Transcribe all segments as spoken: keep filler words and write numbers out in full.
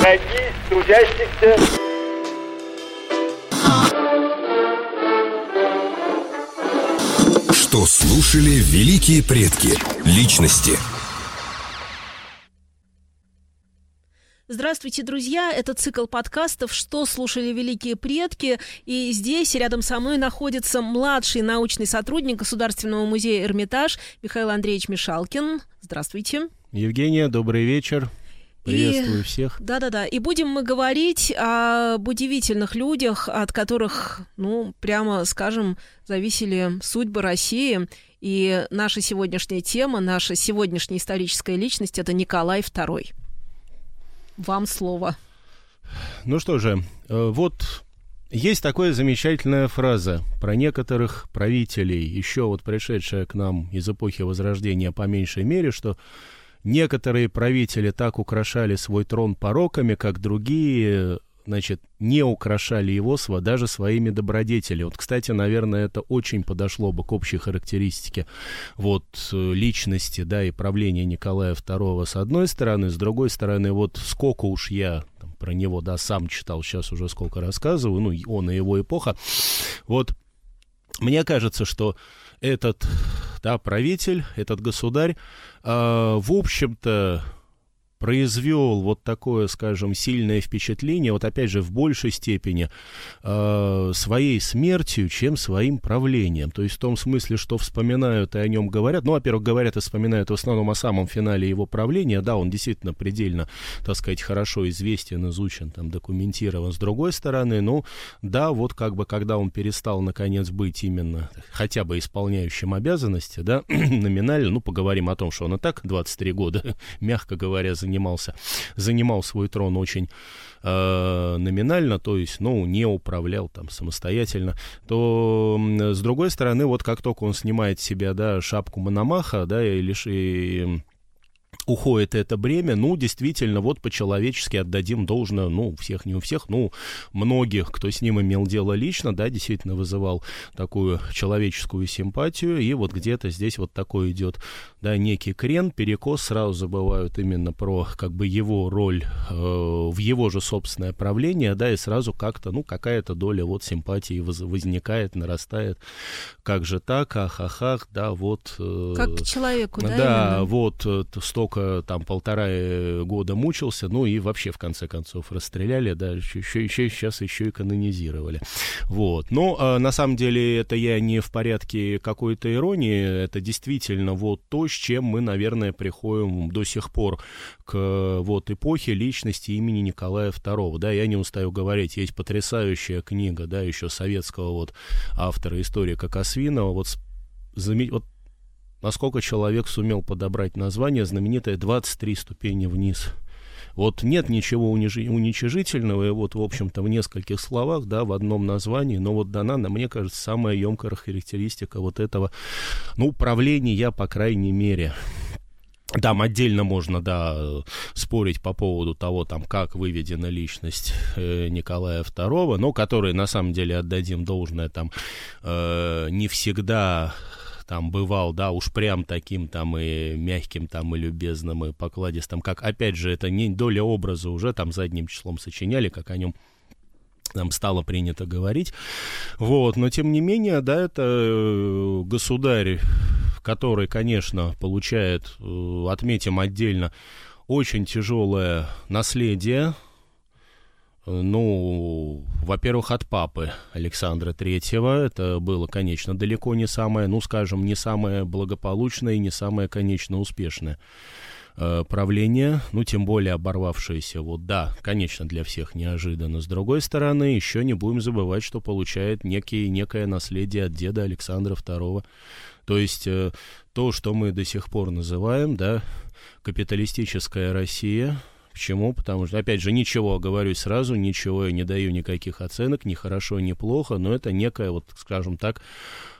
шаги трудящихся. Что слушали великие предки, личности. Здравствуйте, друзья! Это цикл подкастов «Что слушали великие предки». И здесь рядом со мной находится младший научный сотрудник Государственного музея «Эрмитаж» Михаил Андреевич Мишалкин. Здравствуйте. Евгения, добрый вечер. Приветствую и, всех. Да-да-да. И будем мы говорить об удивительных людях, от которых, ну, прямо скажем, зависели судьбы России. И наша сегодняшняя тема, наша сегодняшняя историческая личность — это Николай второй. Вам слово. Ну что же, вот есть такая замечательная фраза про некоторых правителей, еще вот пришедшая к нам из эпохи Возрождения по меньшей мере, что некоторые правители так украшали свой трон пороками, как другие, значит, не украшали его даже своими добродетелями. Вот, кстати, наверное, это очень подошло бы к общей характеристике вот личности, да, и правления Николая второго с одной стороны, с другой стороны, вот сколько уж я там про него, да, сам читал, сейчас уже сколько рассказываю, ну, он и его эпоха, вот, мне кажется, что этот, да, правитель, этот государь, э, в общем-то, произвел вот такое, скажем, сильное впечатление, вот опять же в большей степени э, своей смертью, чем своим правлением. То есть в том смысле, что вспоминают и о нем говорят. Ну, во-первых, говорят и вспоминают в основном о самом финале его правления. Да, он действительно предельно, так сказать, хорошо известен, изучен, там, документирован. С другой стороны, ну, да, вот как бы когда он перестал, наконец, быть именно хотя бы исполняющим обязанности, да, номинально, ну, поговорим о том, что он и так двадцать три года, мягко говоря, занимался Занимался, занимал свой трон очень э, номинально, то есть, ну, не управлял там самостоятельно, то, с другой стороны, вот как только он снимает с себя, да, шапку Мономаха, да, и лишь и уходит это бремя, ну, действительно, вот по-человечески отдадим должное, ну, всех, не у всех, ну, многих, кто с ним имел дело лично, да, действительно вызывал такую человеческую симпатию, и вот где-то здесь вот такой идет, да, некий крен, перекос, сразу забывают именно про, как бы, его роль э, в его же собственное правление, да, и сразу как-то, ну, какая-то доля вот симпатии воз, возникает, нарастает, как же так, ах-ах-ах, да, вот. Э, как к человеку, да? Да, именно? вот, э, столько там полтора года мучился, ну и вообще в конце концов расстреляли, да, еще, еще сейчас еще и канонизировали. Вот. Но а, на самом деле это я не в порядке какой-то иронии, это действительно вот то, с чем мы, наверное, приходим до сих пор к вот эпохе личности имени Николая второго. Да, я не устаю говорить, есть потрясающая книга, да, еще советского вот автора, историка Косвинова, вот, заметь, вот насколько человек сумел подобрать название, знаменитое «двадцать три ступени вниз». Вот нет ничего уничижительного, и вот, в общем-то, в нескольких словах, да, в одном названии, но вот дана, мне кажется, самая емкая характеристика вот этого, ну, правления, по крайней мере. Там отдельно можно, да, спорить по поводу того, там, как выведена личность э, Николая второго, но который, на самом деле, отдадим должное, там, э, не всегда... там бывал, да, уж прям таким там и мягким там и любезным и покладистым, как, опять же, это не доля образа уже там задним числом сочиняли, как о нем нам стало принято говорить, вот, но тем не менее, да, это государь, который, конечно, получает, отметим отдельно, очень тяжелое наследие. Ну, во-первых, от папы Александра третьего. Это было, конечно, далеко не самое, ну, скажем, не самое благополучное и не самое, конечно, успешное э, правление, ну, тем более оборвавшееся, вот, да, конечно, для всех неожиданно. С другой стороны, еще не будем забывать, что получает некий, некое наследие от деда Александра второго. То есть э, то, что мы до сих пор называем, да, капиталистическая Россия. Почему? Потому что, опять же, ничего, говорю сразу, ничего я не даю никаких оценок, ни хорошо, ни плохо, но это некая, вот, скажем так,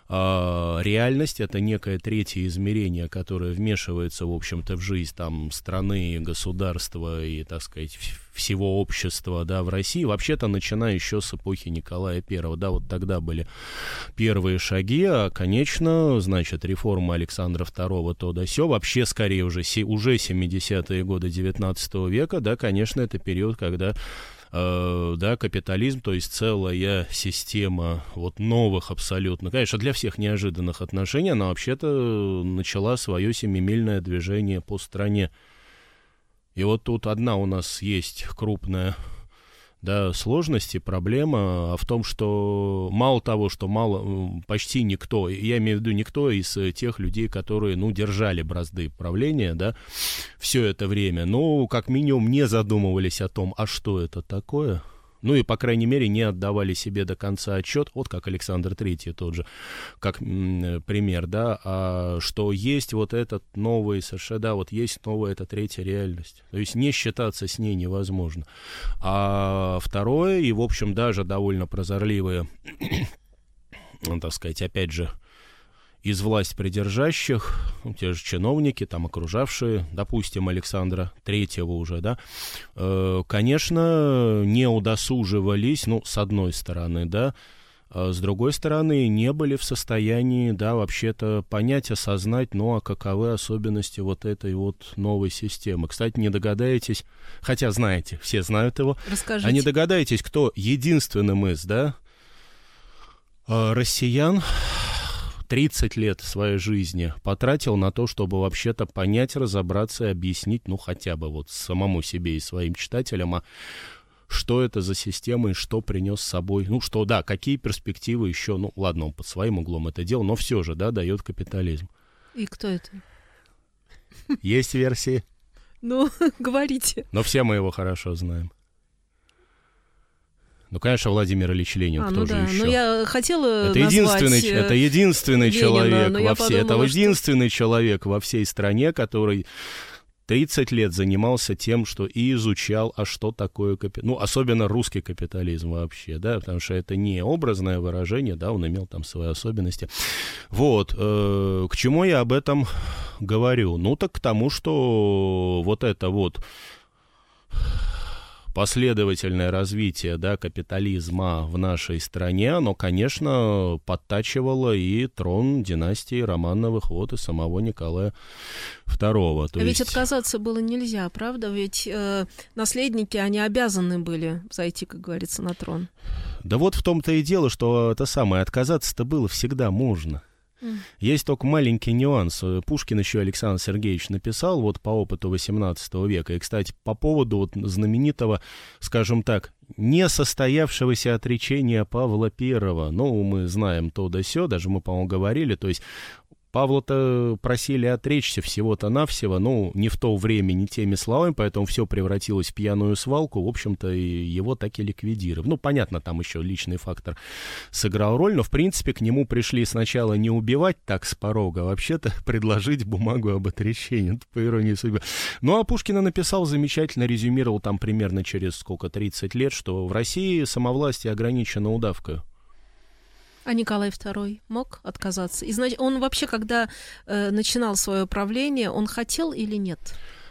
А реальность — это некое третье измерение, которое вмешивается, в общем-то, в жизнь там страны, государства и, так сказать, всего общества, да, в России. Вообще-то, начиная еще с эпохи Николая Первого, да, вот тогда были первые шаги, а, конечно, значит, реформа Александра Второго, то да сё, вообще, скорее, уже, уже семидесятые годы девятнадцатого века, да, конечно, это период, когда Uh, да, капитализм, то есть целая система вот новых абсолютно, конечно, для всех неожиданных отношений, она вообще-то начала свое семимильное движение по стране. И вот тут одна у нас есть крупная, да, сложность и проблема, а в том, что мало того, что мало, почти никто, я имею в виду никто из тех людей, которые, ну, держали бразды правления, да, все это время, ну, как минимум не задумывались о том, а что это такое, ну, и, по крайней мере, не отдавали себе до конца отчет, вот как Александр Третий тот же, как м, пример, да, а, что есть вот этот новый совершенно, да, вот есть новая эта третья реальность, то есть не считаться с ней невозможно. А второе, и, в общем, даже довольно прозорливые, ну, так сказать, опять же, из власть придержащих, ну, те же чиновники, там, окружавшие, допустим, Александра Третьего уже, да, э, конечно, не удосуживались, ну, с одной стороны, да, а с другой стороны, не были в состоянии, да, вообще-то понять, осознать, ну, а каковы особенности вот этой вот новой системы. Кстати, не догадаетесь, хотя знаете, все знают его, расскажите. А не догадаетесь, кто единственным из, да, россиян тридцать лет своей жизни потратил на то, чтобы вообще-то понять, разобраться и объяснить, ну, хотя бы вот самому себе и своим читателям, а что это за система и что принес с собой, ну, что, да, какие перспективы еще, ну, ладно, он под своим углом это делал, но все же, да, дает капитализм. И кто это? Есть версии? Ну, говорите. Но все мы его хорошо знаем. Ну, конечно, Владимир Ильич Ленин, а, кто ну же да. еще? Ну, я хотела это единственный, это единственный Ленина, человек во всей, подумала, это что... единственный человек во всей стране, который тридцать лет занимался тем, что и изучал, а что такое капитализм, ну, особенно русский капитализм вообще, да, потому что это не образное выражение, да, он имел там свои особенности. Вот, э, к чему я об этом говорю? Ну, так к тому, что вот это вот последовательное развитие, да, капитализма в нашей стране, оно, конечно, подтачивало и трон династии Романовых, вот и самого Николая Второго. То а есть... ведь отказаться было нельзя, правда? Ведь э, наследники, они обязаны были зайти, как говорится, на трон. Да вот в том-то и дело, что это самое, отказаться-то было всегда можно. Есть только маленький нюанс. Пушкин еще Александр Сергеевич написал вот по опыту восемнадцатого века. И, кстати, по поводу вот знаменитого, скажем так, несостоявшегося отречения Павла Первого. Ну, мы знаем то да сё, даже мы, по-моему, говорили. То есть Павла-то просили отречься всего-то навсего, ну, не в то время, не теми словами, поэтому все превратилось в пьяную свалку, в общем-то, и его так и ликвидировали. Ну, понятно, там еще личный фактор сыграл роль, но, в принципе, к нему пришли сначала не убивать так с порога, а вообще-то предложить бумагу об отречении, это по иронии судьбы. Ну, а Пушкин написал замечательно, резюмировал там примерно через сколько, тридцать лет, что в России самовластие ограничено удавкой. А Николай Второй мог отказаться? И, значит, он вообще, когда э, начинал свое правление, он хотел или нет?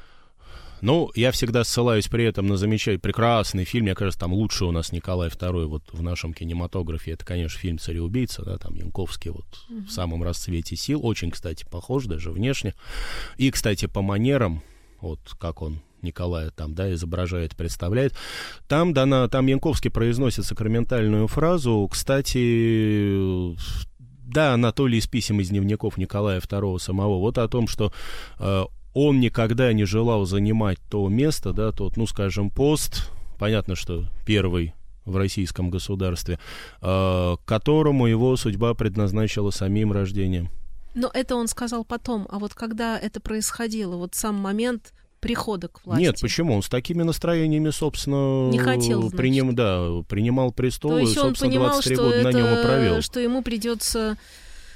Ну, я всегда ссылаюсь при этом на замечательный, прекрасный фильм, мне кажется, там лучший у нас Николай Второй вот в нашем кинематографе, это, конечно, фильм «Цареубийца», да, там Янковский вот mm-hmm. в самом расцвете сил, очень, кстати, похож даже внешне, и, кстати, по манерам, вот как он Николая там, да, изображает, представляет. Там, да, там Янковский произносит сакраментальную фразу, кстати, да, Анатолий из писем из дневников Николая Второго самого, вот о том, что э, он никогда не желал занимать то место, да, тот, ну, скажем, пост, понятно, что первый в российском государстве, э, которому его судьба предназначила самим рождением. Но это он сказал потом, а вот когда это происходило, вот сам момент прихода к власти. Нет, почему? Он с такими настроениями, собственно, не хотел, приним, да, принимал престол, то есть и, собственно, он понимал, двадцать три что года это, на нем и провел. Что ему придется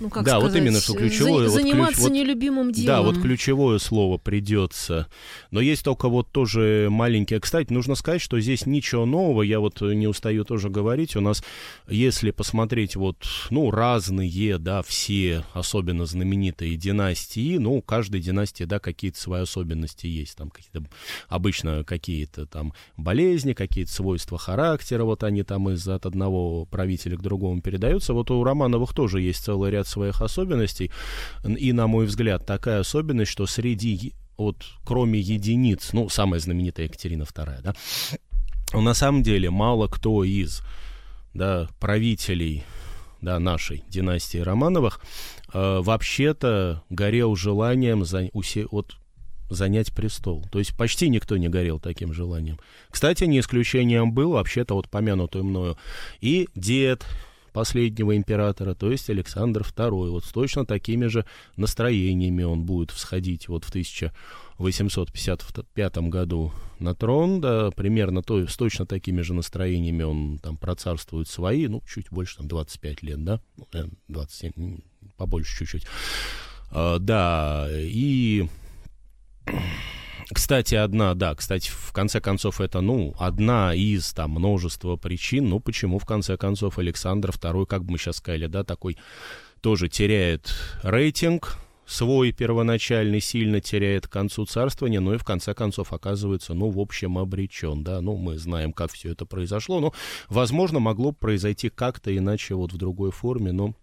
ну, как да, сказать, вот именно, что ключевое... за, заниматься вот ключ, нелюбимым вот, делом. Да, вот ключевое слово «придется». Но есть только вот тоже маленькие... Кстати, нужно сказать, что здесь ничего нового, я вот не устаю тоже говорить. У нас, если посмотреть вот, ну, разные, да, все, особенно знаменитые династии, ну, у каждой династии, да, какие-то свои особенности есть. Там какие-то, обычно какие-то там болезни, какие-то свойства характера, вот они там из от одного правителя к другому передаются. Вот у Романовых тоже есть целый ряд своих особенностей. И, на мой взгляд, такая особенность, что среди, вот, кроме единиц, ну, самая знаменитая Екатерина вторая, да, на самом деле мало кто из, да, правителей, да, нашей династии Романовых э, вообще-то горел желанием за, усе, вот, занять престол. То есть почти никто не горел таким желанием. Кстати, не исключением был вообще-то вот помянутый мною и дед последнего императора, то есть Александр второй. Вот с точно такими же настроениями он будет всходить вот в тысяча восемьсот пятьдесят пятом году на трон, да, примерно то, с точно такими же настроениями он там процарствует свои, ну, чуть больше, там, двадцать пять лет, да, двадцать семь, побольше чуть-чуть. А, да, и... Кстати, одна, да, кстати, в конце концов, это, ну, одна из, там, множества причин, ну, почему, в конце концов, Александр второй, как бы мы сейчас сказали, да, такой, тоже теряет рейтинг свой первоначальный, сильно теряет к концу царствования, ну, и в конце концов оказывается, ну, в общем, обречен, да, ну, мы знаем, как все это произошло, но, возможно, могло бы произойти как-то иначе, вот в другой форме, но,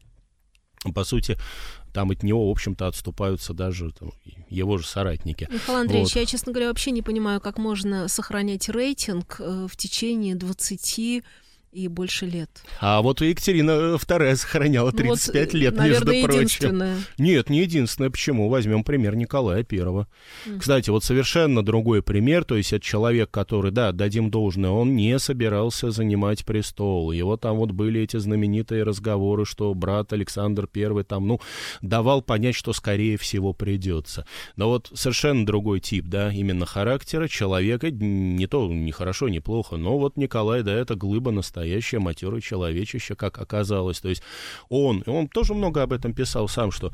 по сути, там от него, в общем-то, отступаются даже там, его же соратники. Михаил Андреевич, вот. я, честно говоря, вообще не понимаю, как можно сохранять рейтинг э, в течение двадцати и больше лет. А вот Екатерина вторая сохраняла тридцать пять вот, лет, наверное, между прочим. единственная. Нет, не единственное. Почему? Возьмем пример Николая Первого. Mm. Кстати, вот совершенно другой пример. То есть это человек, который, да, дадим должное, он не собирался занимать престол. Его там вот были эти знаменитые разговоры, что брат Александр Первый там, ну, давал понять, что скорее всего придется. Но вот совершенно другой тип, да, именно характера человека. Не то, не хорошо, не плохо, но вот Николай, да, это глыба настоящая. Настоящее матерое человечище, как оказалось. То есть он, он тоже много об этом писал сам, что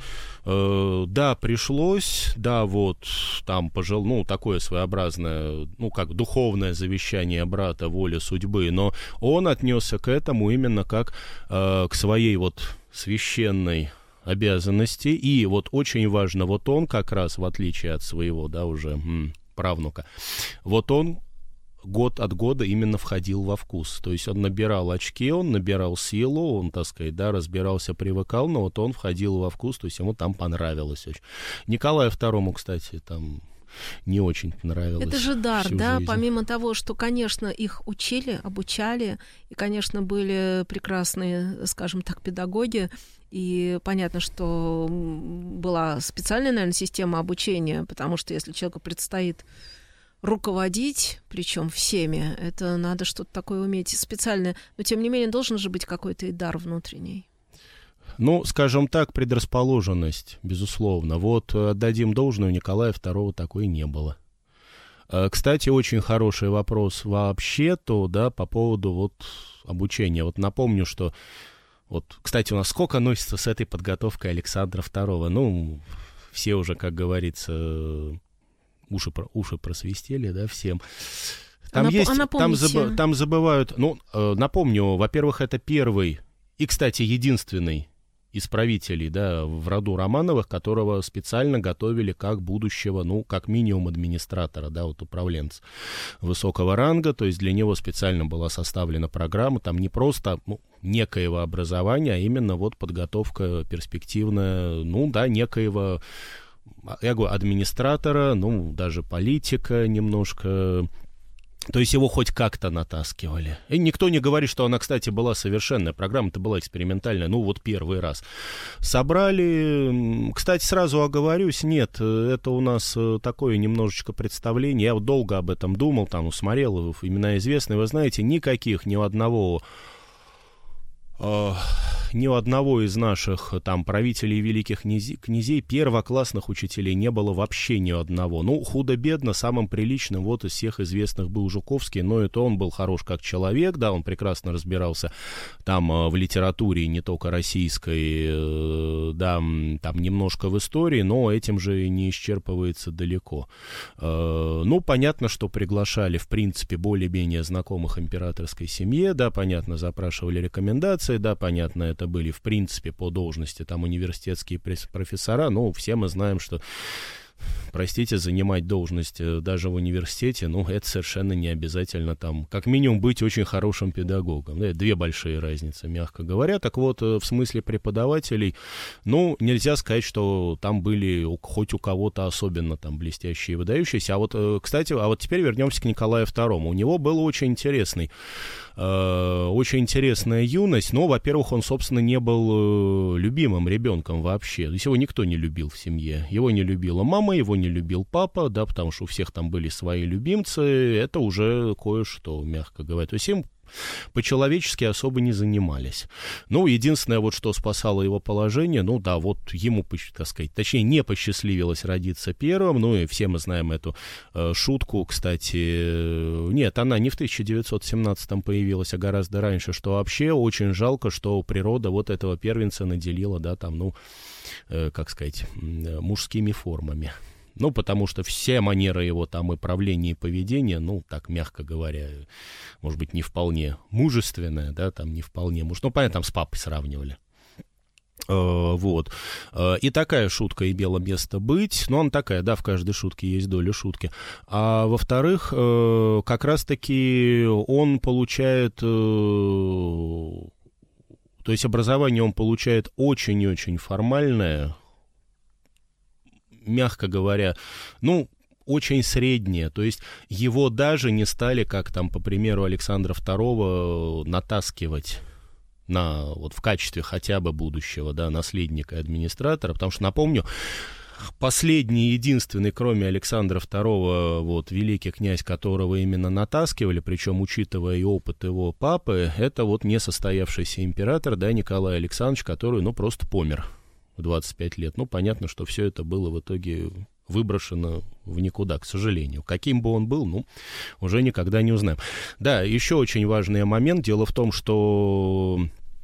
э, да, пришлось, да, вот там пожил, ну, такое своеобразное, ну, как духовное завещание брата, воля судьбы, но он отнесся к этому именно как э, к своей вот священной обязанности. И вот очень важно, вот он как раз, в отличие от своего, да, уже м, правнука, вот он год от года именно входил во вкус. То есть он набирал очки, он набирал силу, он, так сказать, да, разбирался, привыкал, но вот он входил во вкус, то есть ему там понравилось очень. Николаю Второму, кстати, там не очень нравилось. Это же дар, да, жизнь. Помимо того, что, конечно, их учили, обучали, и, конечно, были прекрасные, скажем так, педагоги, и понятно, что была специальная, наверное, система обучения, потому что если человеку предстоит руководить, причем всеми, это надо что-то такое уметь специальное. Но, тем не менее, должен же быть какой-то и дар внутренний. Ну, скажем так, предрасположенность, безусловно. Вот отдадим должное, у Николая Второго такой не было. Кстати, очень хороший вопрос вообще-то, да, по поводу вот обучения. Вот напомню, что вот, кстати, у нас сколько носится с этой подготовкой Александра Второго? Ну, все уже, как говорится, уши, уши просвистели, да, всем. Там а есть, а там, забы, там забывают, ну, э, напомню, во-первых, это первый и, кстати, единственный из правителей, да, в роду Романовых, которого специально готовили как будущего, ну, как минимум администратора, да, вот управленца высокого ранга, то есть для него специально была составлена программа, там не просто, ну, некоего образования, а именно вот подготовка перспективная, ну, да, некоего, я говорю, администратора, ну, даже политика немножко. То есть его хоть как-то натаскивали. И никто не говорит, что она, кстати, была совершенная. Программа-то была экспериментальная, ну, вот первый раз. Собрали, кстати, сразу оговорюсь, нет, это у нас такое немножечко представление. Я вот долго об этом думал, там, у Смарелов имена известные. Вы знаете, никаких, ни у одного... ни у одного из наших там правителей великих князей, князей первоклассных учителей не было вообще ни одного. Ну, худо-бедно, самым приличным вот из всех известных был Жуковский, но это он был хорош как человек, да, он прекрасно разбирался там в литературе, не только российской, да, там немножко в истории, но этим же не исчерпывается далеко. Ну, понятно, что приглашали, в принципе, более-менее знакомых императорской семье, да, понятно, запрашивали рекомендации, да, понятно, это были, в принципе, по должности там университетские профессора, но все мы знаем, что, простите, занимать должность даже в университете, ну, это совершенно не обязательно там, как минимум, быть очень хорошим педагогом. Да, две большие разницы, мягко говоря. Так вот, в смысле преподавателей, ну, нельзя сказать, что там были хоть у кого-то особенно там блестящие и выдающиеся. А вот, кстати, а вот теперь вернемся к Николаю второму. У него был очень интересный, э, очень интересная юность, но, во-первых, он, собственно, не был любимым ребенком вообще. То есть его никто не любил в семье. Его не любила мама, его не любил папа, да, потому что у всех там были свои любимцы, это уже кое-что, мягко говоря. То есть им по-человечески особо не занимались. Ну, единственное, вот что спасало его положение, ну да, вот ему, так сказать, точнее, не посчастливилось родиться первым, ну и все мы знаем эту э, шутку, кстати, нет, она не в тысяча девятьсот семнадцатом появилась, а гораздо раньше, что вообще очень жалко, что природа вот этого первенца наделила, да, там, ну, э, как сказать, мужскими формами. Ну, потому что все манеры его там и правления, и поведения, ну, так, мягко говоря, может быть, не вполне мужественное, да, там не вполне муж. Ну, понятно, там с папой сравнивали. Uh, вот. Uh, и такая шутка имела место быть. Ну, она такая, да, в каждой шутке есть доля шутки. А во-вторых, uh, как раз-таки он получает... Uh, то есть образование он получает очень-очень формальное, мягко говоря, ну, очень среднее, то есть его даже не стали, как там, по примеру Александра второго, натаскивать на, вот в качестве хотя бы будущего, да, наследника администратора, потому что, напомню, последний, единственный, кроме Александра второго, вот, великий князь, которого именно натаскивали, причем учитывая и опыт его папы, это вот несостоявшийся император, да, Николай Александрович, который, ну, просто помер в двадцать пять лет. Ну, понятно, что все это было в итоге выброшено в никуда, к сожалению. Каким бы он был, ну, уже никогда не узнаем. Да, еще очень важный момент. Дело в том, что...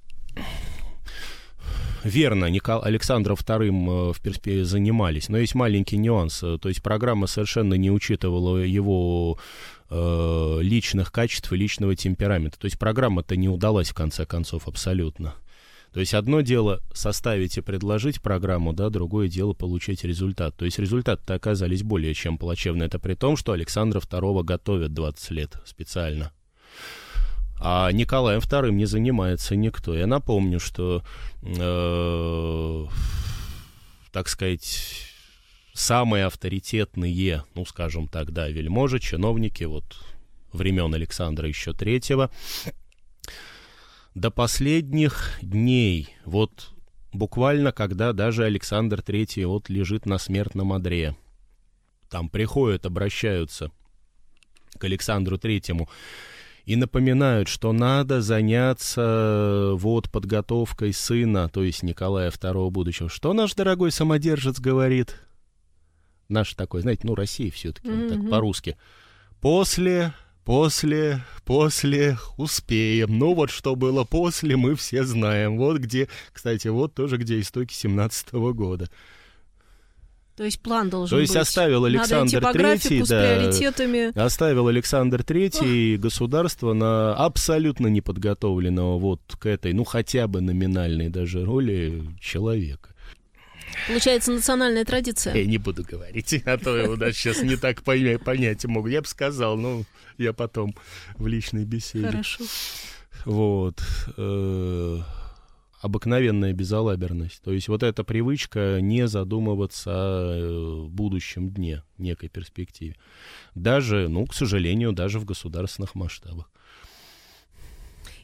Верно, Никол... Александром вторым в перспективе занимались, но есть маленький нюанс. То есть программа совершенно не учитывала его э, личных качеств и личного темперамента. То есть программа-то не удалась, в конце концов, абсолютно. То есть одно дело составить и предложить программу, да, другое дело получить результат. То есть результаты-то оказались более чем плачевны. Это при том, что Александра второго готовят двадцать лет специально. А Николаем вторым не занимается никто. Я напомню, что, э, так сказать, самые авторитетные, ну, скажем так, да, вельможи, чиновники вот времен Александра еще третьего, до последних дней, вот буквально, когда даже Александр третий вот лежит на смертном одре, там приходят, обращаются к Александру третьему и напоминают, что надо заняться вот подготовкой сына, то есть Николая второго будущего. Что наш дорогой самодержец говорит? Наш такой, знаете, ну, Россия все-таки, mm-hmm. так по-русски. После... После, после успеем. Ну вот что было после, мы все знаем. Вот где, кстати, вот тоже где истоки семнадцатого года. То есть план должен быть. То есть быть. оставил Александр третий, да, оставил Александр третий государство на абсолютно неподготовленного вот к этой, ну хотя бы номинальной даже роли человека. Получается, национальная традиция. Я не буду говорить, а то его даже сейчас не так понять могу. Я бы сказал, но я потом в личной беседе. Хорошо. Вот. Обыкновенная безалаберность. То есть вот эта привычка не задумываться о будущем дне, некой перспективе. Даже, ну, к сожалению, даже в государственных масштабах.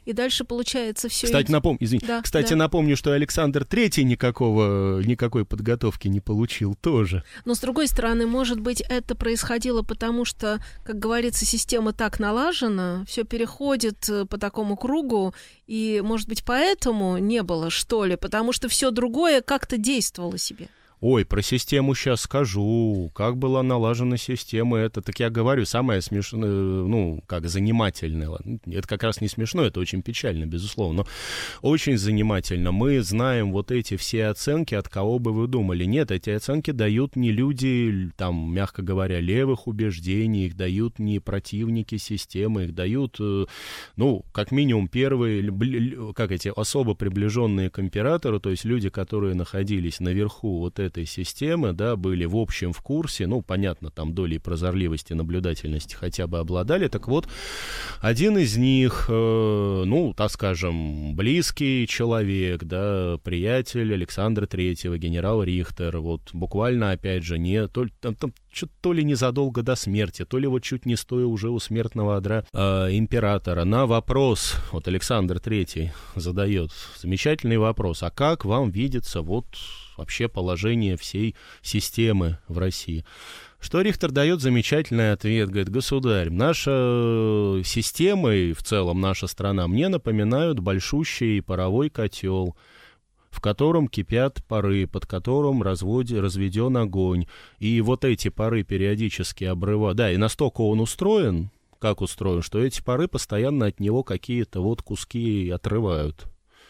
и дальше получается все. Кстати, напом... Извини. Да, Кстати, да. напомню, что Александр Третий никакого, никакой подготовки не получил тоже. Но, с другой стороны, может быть, это происходило потому, что, как говорится, система так налажена, все переходит по такому кругу, и, может быть, поэтому не было, что ли, потому что все другое как-то действовало себе. Ой, про систему сейчас скажу. Как была налажена система, это, так я говорю, самое смешное, ну, как занимательное. Это как раз не смешно, это очень печально, безусловно, но очень занимательно. Мы знаем вот эти все оценки, от кого бы вы думали. Нет, эти оценки дают не люди, там, мягко говоря, левых убеждений, их дают не противники системы, их дают, ну, как минимум первые, как эти особо приближенные к императору, то есть люди, которые находились наверху вот этой системы, да, были в общем в курсе, ну, понятно, там долей прозорливости, наблюдательности хотя бы обладали, так вот, один из них, э, ну, так скажем, близкий человек, да, приятель Александра Третьего, генерал Рихтер, вот, буквально, опять же, не, то, там, там, то ли незадолго до смерти, то ли вот чуть не стоя уже у смертного одра э, императора, на вопрос, вот Александр Третий задает замечательный вопрос, а как вам видится вот вообще положение всей системы в России? Что Рихтер дает замечательный ответ, говорит: государь, наша система и в целом наша страна мне напоминают большущий паровой котел, в котором кипят пары, под которым разводе, разведен огонь. И вот эти пары периодически обрывают. Да, и настолько он устроен, как устроен, что эти пары постоянно от него какие-то вот куски отрывают.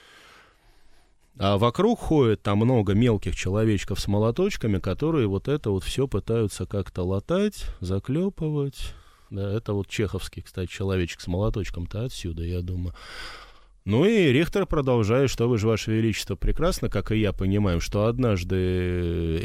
А вокруг ходит там много мелких человечков с молоточками, которые вот это вот все пытаются как-то латать, заклепывать. Да, это вот чеховский, кстати, человечек с молоточком-то отсюда, я думаю. Ну и Рихтер продолжает, что вы же, Ваше Величество, прекрасно, как и я, понимаем, что однажды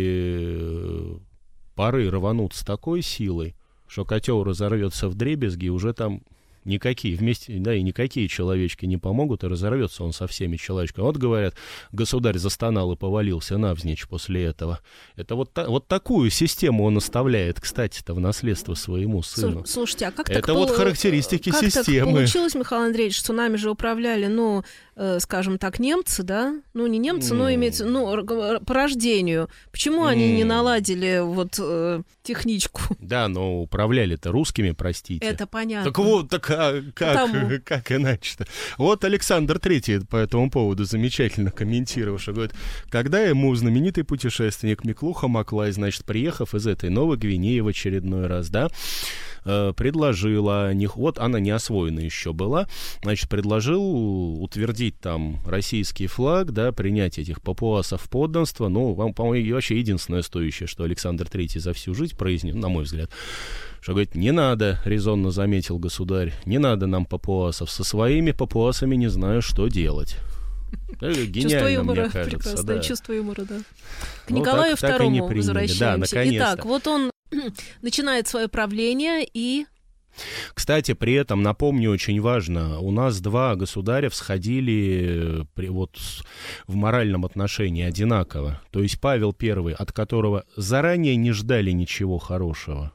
эти пары рванут с такой силой, что котел разорвется вдребезги, и уже там никакие вместе, да, и никакие человечки не помогут, и разорвется он со всеми человечками. Вот, говорят, государь застонал и повалился навзничь после этого. Это вот, та, вот такую систему он оставляет, кстати-то, в наследство своему сыну. Слушайте, а как это так вот пол... характеристики как системы. Так получилось, Михаил Андреевич, что нами же управляли, ну, э, скажем так, немцы, да? Ну, не немцы, mm. но имеется, ну, по рождению. Почему mm. они не наладили вот э, техничку? Да, но управляли-то русскими, простите. Это понятно. Так вот, так а, как, Потому... как иначе-то? Вот Александр Третий по этому поводу замечательно комментировал, что говорит, когда ему знаменитый путешественник Миклуха Маклай, значит, приехав из этой Новой Гвинеи в очередной раз, да, э, предложила, не, вот она не освоена еще была, значит, предложил утвердить там российский флаг, да, принять этих папуасов в подданство, ну, по-моему, вообще единственное стоящее, что Александр Третий за всю жизнь произнес, на мой взгляд, что, говорит, не надо, резонно заметил государь, не надо нам папуасов, со своими папуасами не знаю, что делать. Гениально, чувство юмора, мне кажется. Прекрасное да. чувство юмора, да. К ну, Николаю так, Второму так возвращаемся. Да, итак, вот он начинает свое правление и... Кстати, при этом, напомню, очень важно, у нас два государя всходили при, вот, в моральном отношении одинаково. То есть Павел Первый, от которого заранее не ждали ничего хорошего,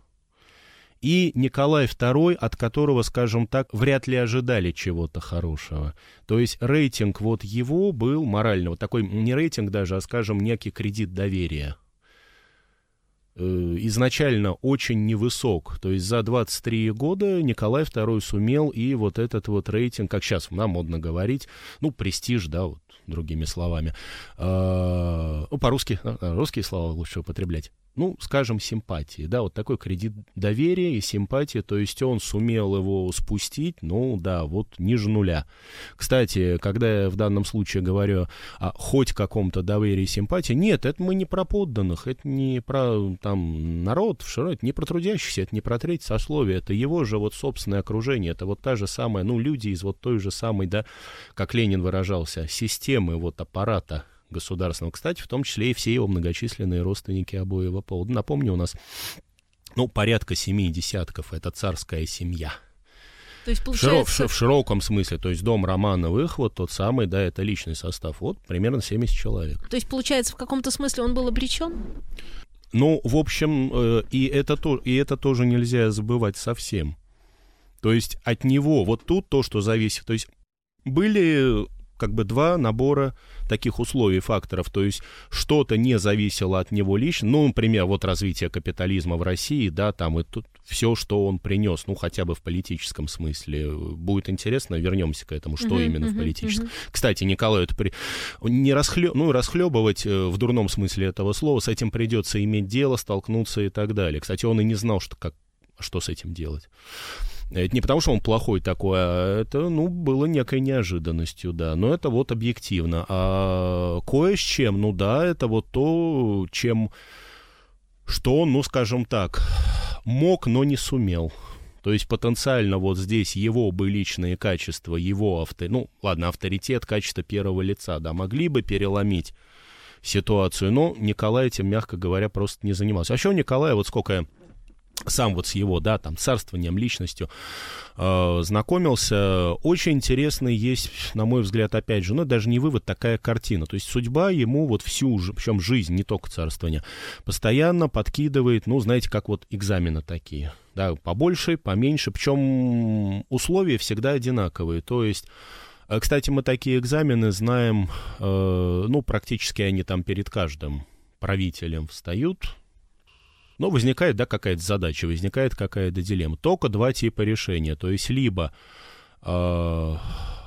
и Николай Второй, от которого, скажем так, вряд ли ожидали чего-то хорошего. То есть рейтинг вот его был морального, такой не рейтинг даже, а, скажем, некий кредит доверия. Изначально очень невысок. То есть за двадцать три года Николай Второй сумел и вот этот вот рейтинг, как сейчас нам модно говорить, ну, престиж, да, вот, другими словами. А, ну, по-русски, русские слова лучше употреблять. Ну, скажем, симпатии, да, вот такой кредит доверия и симпатии, то есть он сумел его спустить, ну, да, вот ниже нуля. Кстати, когда я в данном случае говорю о хоть каком-то доверии и симпатии, нет, это мы не про подданных, это не про, там, народ, это не про трудящихся, это не про третье сословие, это его же вот собственное окружение, это вот та же самая, ну, люди из вот той же самой, да, как Ленин выражался, системы вот аппарата государственного, кстати, в том числе и все его многочисленные родственники обоего пола. Напомню, у нас, ну, порядка семи десятков, это царская семья. То есть, получается... в, широк, в широком смысле, то есть дом Романовых, вот тот самый, да, это личный состав, вот примерно семьдесят человек. То есть, получается, в каком-то смысле он был обречен? Ну, в общем, э, и, это то, и это тоже нельзя забывать совсем. То есть от него, вот тут то, что зависит, то есть были как бы два набора таких условий, факторов. То есть что-то не зависело от него лично. Ну, например, вот развитие капитализма в России, да, там и тут все, что он принес, ну, хотя бы в политическом смысле. Будет интересно, вернемся к этому, что uh-huh, именно uh-huh, в политическом. Uh-huh. Кстати, Николаю это при... не расхлё... ну, расхлебывать в дурном смысле этого слова, с этим придется иметь дело, столкнуться и так далее. Кстати, он и не знал, что, как... что с этим делать. Это не потому, что он плохой такой, а это, ну, было некой неожиданностью, да. Но это вот объективно. А кое с чем, ну да, это вот то, чем, что он, ну, скажем так, мог, но не сумел. То есть потенциально вот здесь его бы личные качества, его авторитет, ну, ладно, авторитет, качество первого лица, да, могли бы переломить ситуацию, но Николай этим, мягко говоря, просто не занимался. А еще у Николая, вот сколько я сам вот с его, да, там, царствованием, личностью э, знакомился, очень интересный есть, на мой взгляд, опять же, ну, даже не вывод, такая картина. То есть судьба ему вот всю, причем жизнь, не только царствование, постоянно подкидывает, ну, знаете, как вот экзамены такие, да, побольше, поменьше, причем условия всегда одинаковые. То есть, э, кстати, мы такие экзамены знаем, э, ну, практически они там перед каждым правителем встают. Но возникает, да, какая-то задача, возникает какая-то дилемма. Только два типа решения. То есть либо э,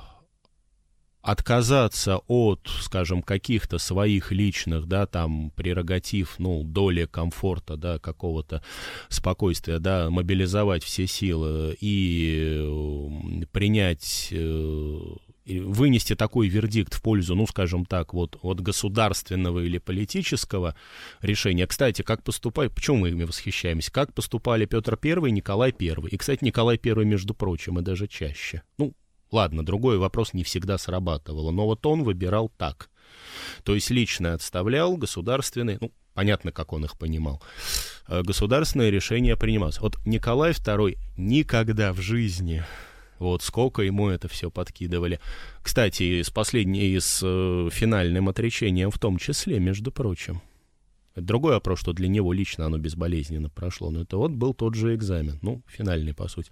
отказаться от, скажем, каких-то своих личных, да, там, прерогатив, ну, доли комфорта, да, какого-то спокойствия, да, мобилизовать все силы и принять... Э, вынести такой вердикт в пользу, ну, скажем так, вот от государственного или политического решения. Кстати, как поступают, почему мы ими восхищаемся, как поступали Петр Первый и Николай Первый. И, кстати, Николай Первый, между прочим, и даже чаще. Ну, ладно, другой вопрос, не всегда срабатывало, но вот он выбирал так. То есть лично отставлял, государственный, ну, понятно, как он их понимал, государственное решение принималось. Вот Николай Второй никогда в жизни... Вот сколько ему это все подкидывали. Кстати, с последней, с э, финальным отречением в том числе, между прочим. Это другой вопрос, что для него лично оно безболезненно прошло. Но это вот был тот же экзамен. Ну, финальный, по сути.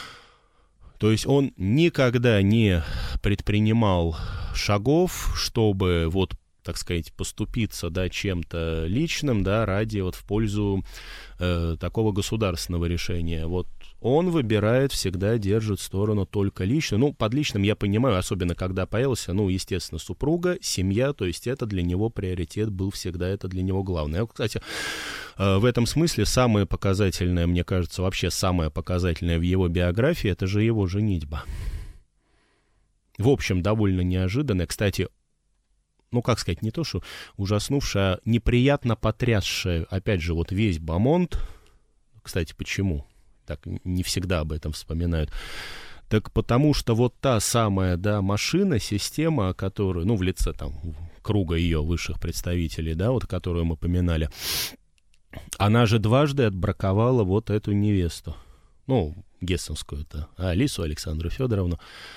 То есть он никогда не предпринимал шагов, чтобы, вот, так сказать, поступиться, да, чем-то личным, да, ради, вот, в пользу э, такого государственного решения. Вот он выбирает, всегда держит сторону только личную. Ну, под личным я понимаю, особенно когда появился, ну, естественно, супруга, семья, то есть это для него приоритет был всегда, это для него главное. Кстати, в этом смысле самое показательное, мне кажется, вообще самое показательное в его биографии, это же его женитьба. В общем, довольно неожиданно. Кстати, ну, как сказать, не то, что ужаснувшая, а неприятно потрясшая, опять же, вот весь бомонд. Кстати, почему? Так не всегда об этом вспоминают. Так потому что вот та самая, да, машина, система, которую, ну, в лице там круга ее высших представителей, да, вот которую мы поминали, она же дважды отбраковала вот эту невесту. Ну, гессенскую-то, Алису Александру Федоровну.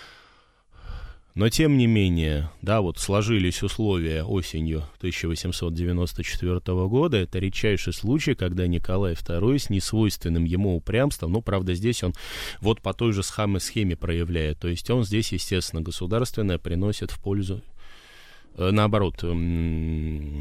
Но, тем не менее, да, вот сложились условия осенью тысяча восемьсот девяносто четвёртого года. Это редчайший случай, когда Николай Второй с несвойственным ему упрямством, ну, правда, здесь он вот по той же схеме проявляет. То есть он здесь, естественно, государственное приносит в пользу, э, наоборот, э,